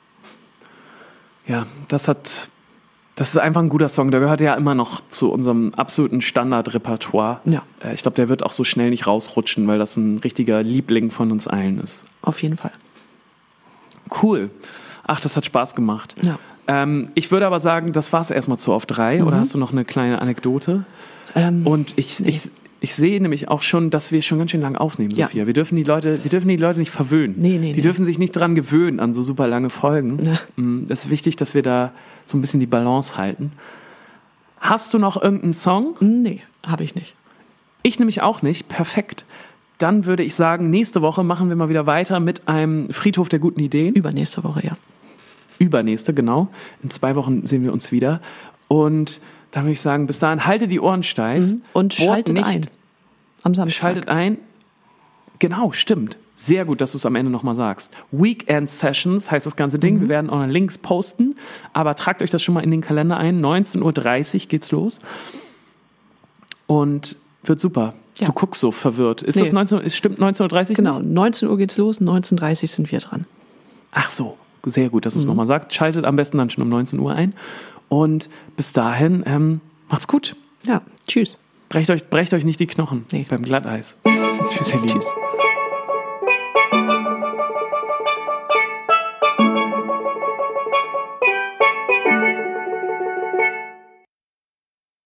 das ist einfach ein guter Song, der gehört ja immer noch zu unserem absoluten Standardrepertoire. Ja. Ich glaube, der wird auch so schnell nicht rausrutschen, weil das ein richtiger Liebling von uns allen ist. Auf jeden Fall. Cool. Ach, das hat Spaß gemacht. Ja. Ich würde aber sagen, das war's erstmal zu Auf 3. Oder hast du noch eine kleine Anekdote? Und ich sehe nämlich auch schon, dass wir schon ganz schön lange aufnehmen, Sophia. Ja. Wir dürfen die Leute nicht verwöhnen. Die dürfen sich nicht dran gewöhnen an so super lange Folgen. Ja. Es ist wichtig, dass wir da so ein bisschen die Balance halten. Hast du noch irgendeinen Song? Nee, habe ich nicht. Ich nämlich auch nicht. Perfekt. Dann würde ich sagen, nächste Woche machen wir mal wieder weiter mit einem Friedhof der guten Ideen. Übernächste Woche, ja. Übernächste, genau. In 2 Wochen sehen wir uns wieder. Und dann würde ich sagen, bis dahin, halte die Ohren steif. Und schaltet ein. am Samstag. Schaltet ein. Genau, stimmt. Sehr gut, dass du es am Ende nochmal sagst. Weekend Sessions heißt das ganze Ding. Wir werden auch noch Links posten, aber tragt euch das schon mal in den Kalender ein. 19.30 Uhr geht's los. Und wird super. Ja. Du guckst so verwirrt. Ist das 19.30 Uhr? Genau, 19 Uhr geht's los, 19.30 Uhr sind wir dran. Ach so, sehr gut, dass du es nochmal sagst. Schaltet am besten dann schon um 19 Uhr ein. Und bis dahin, macht's gut. Ja, tschüss. Brecht euch nicht die Knochen beim Glatteis. Tschüss, ihr Lieben. Tschüss.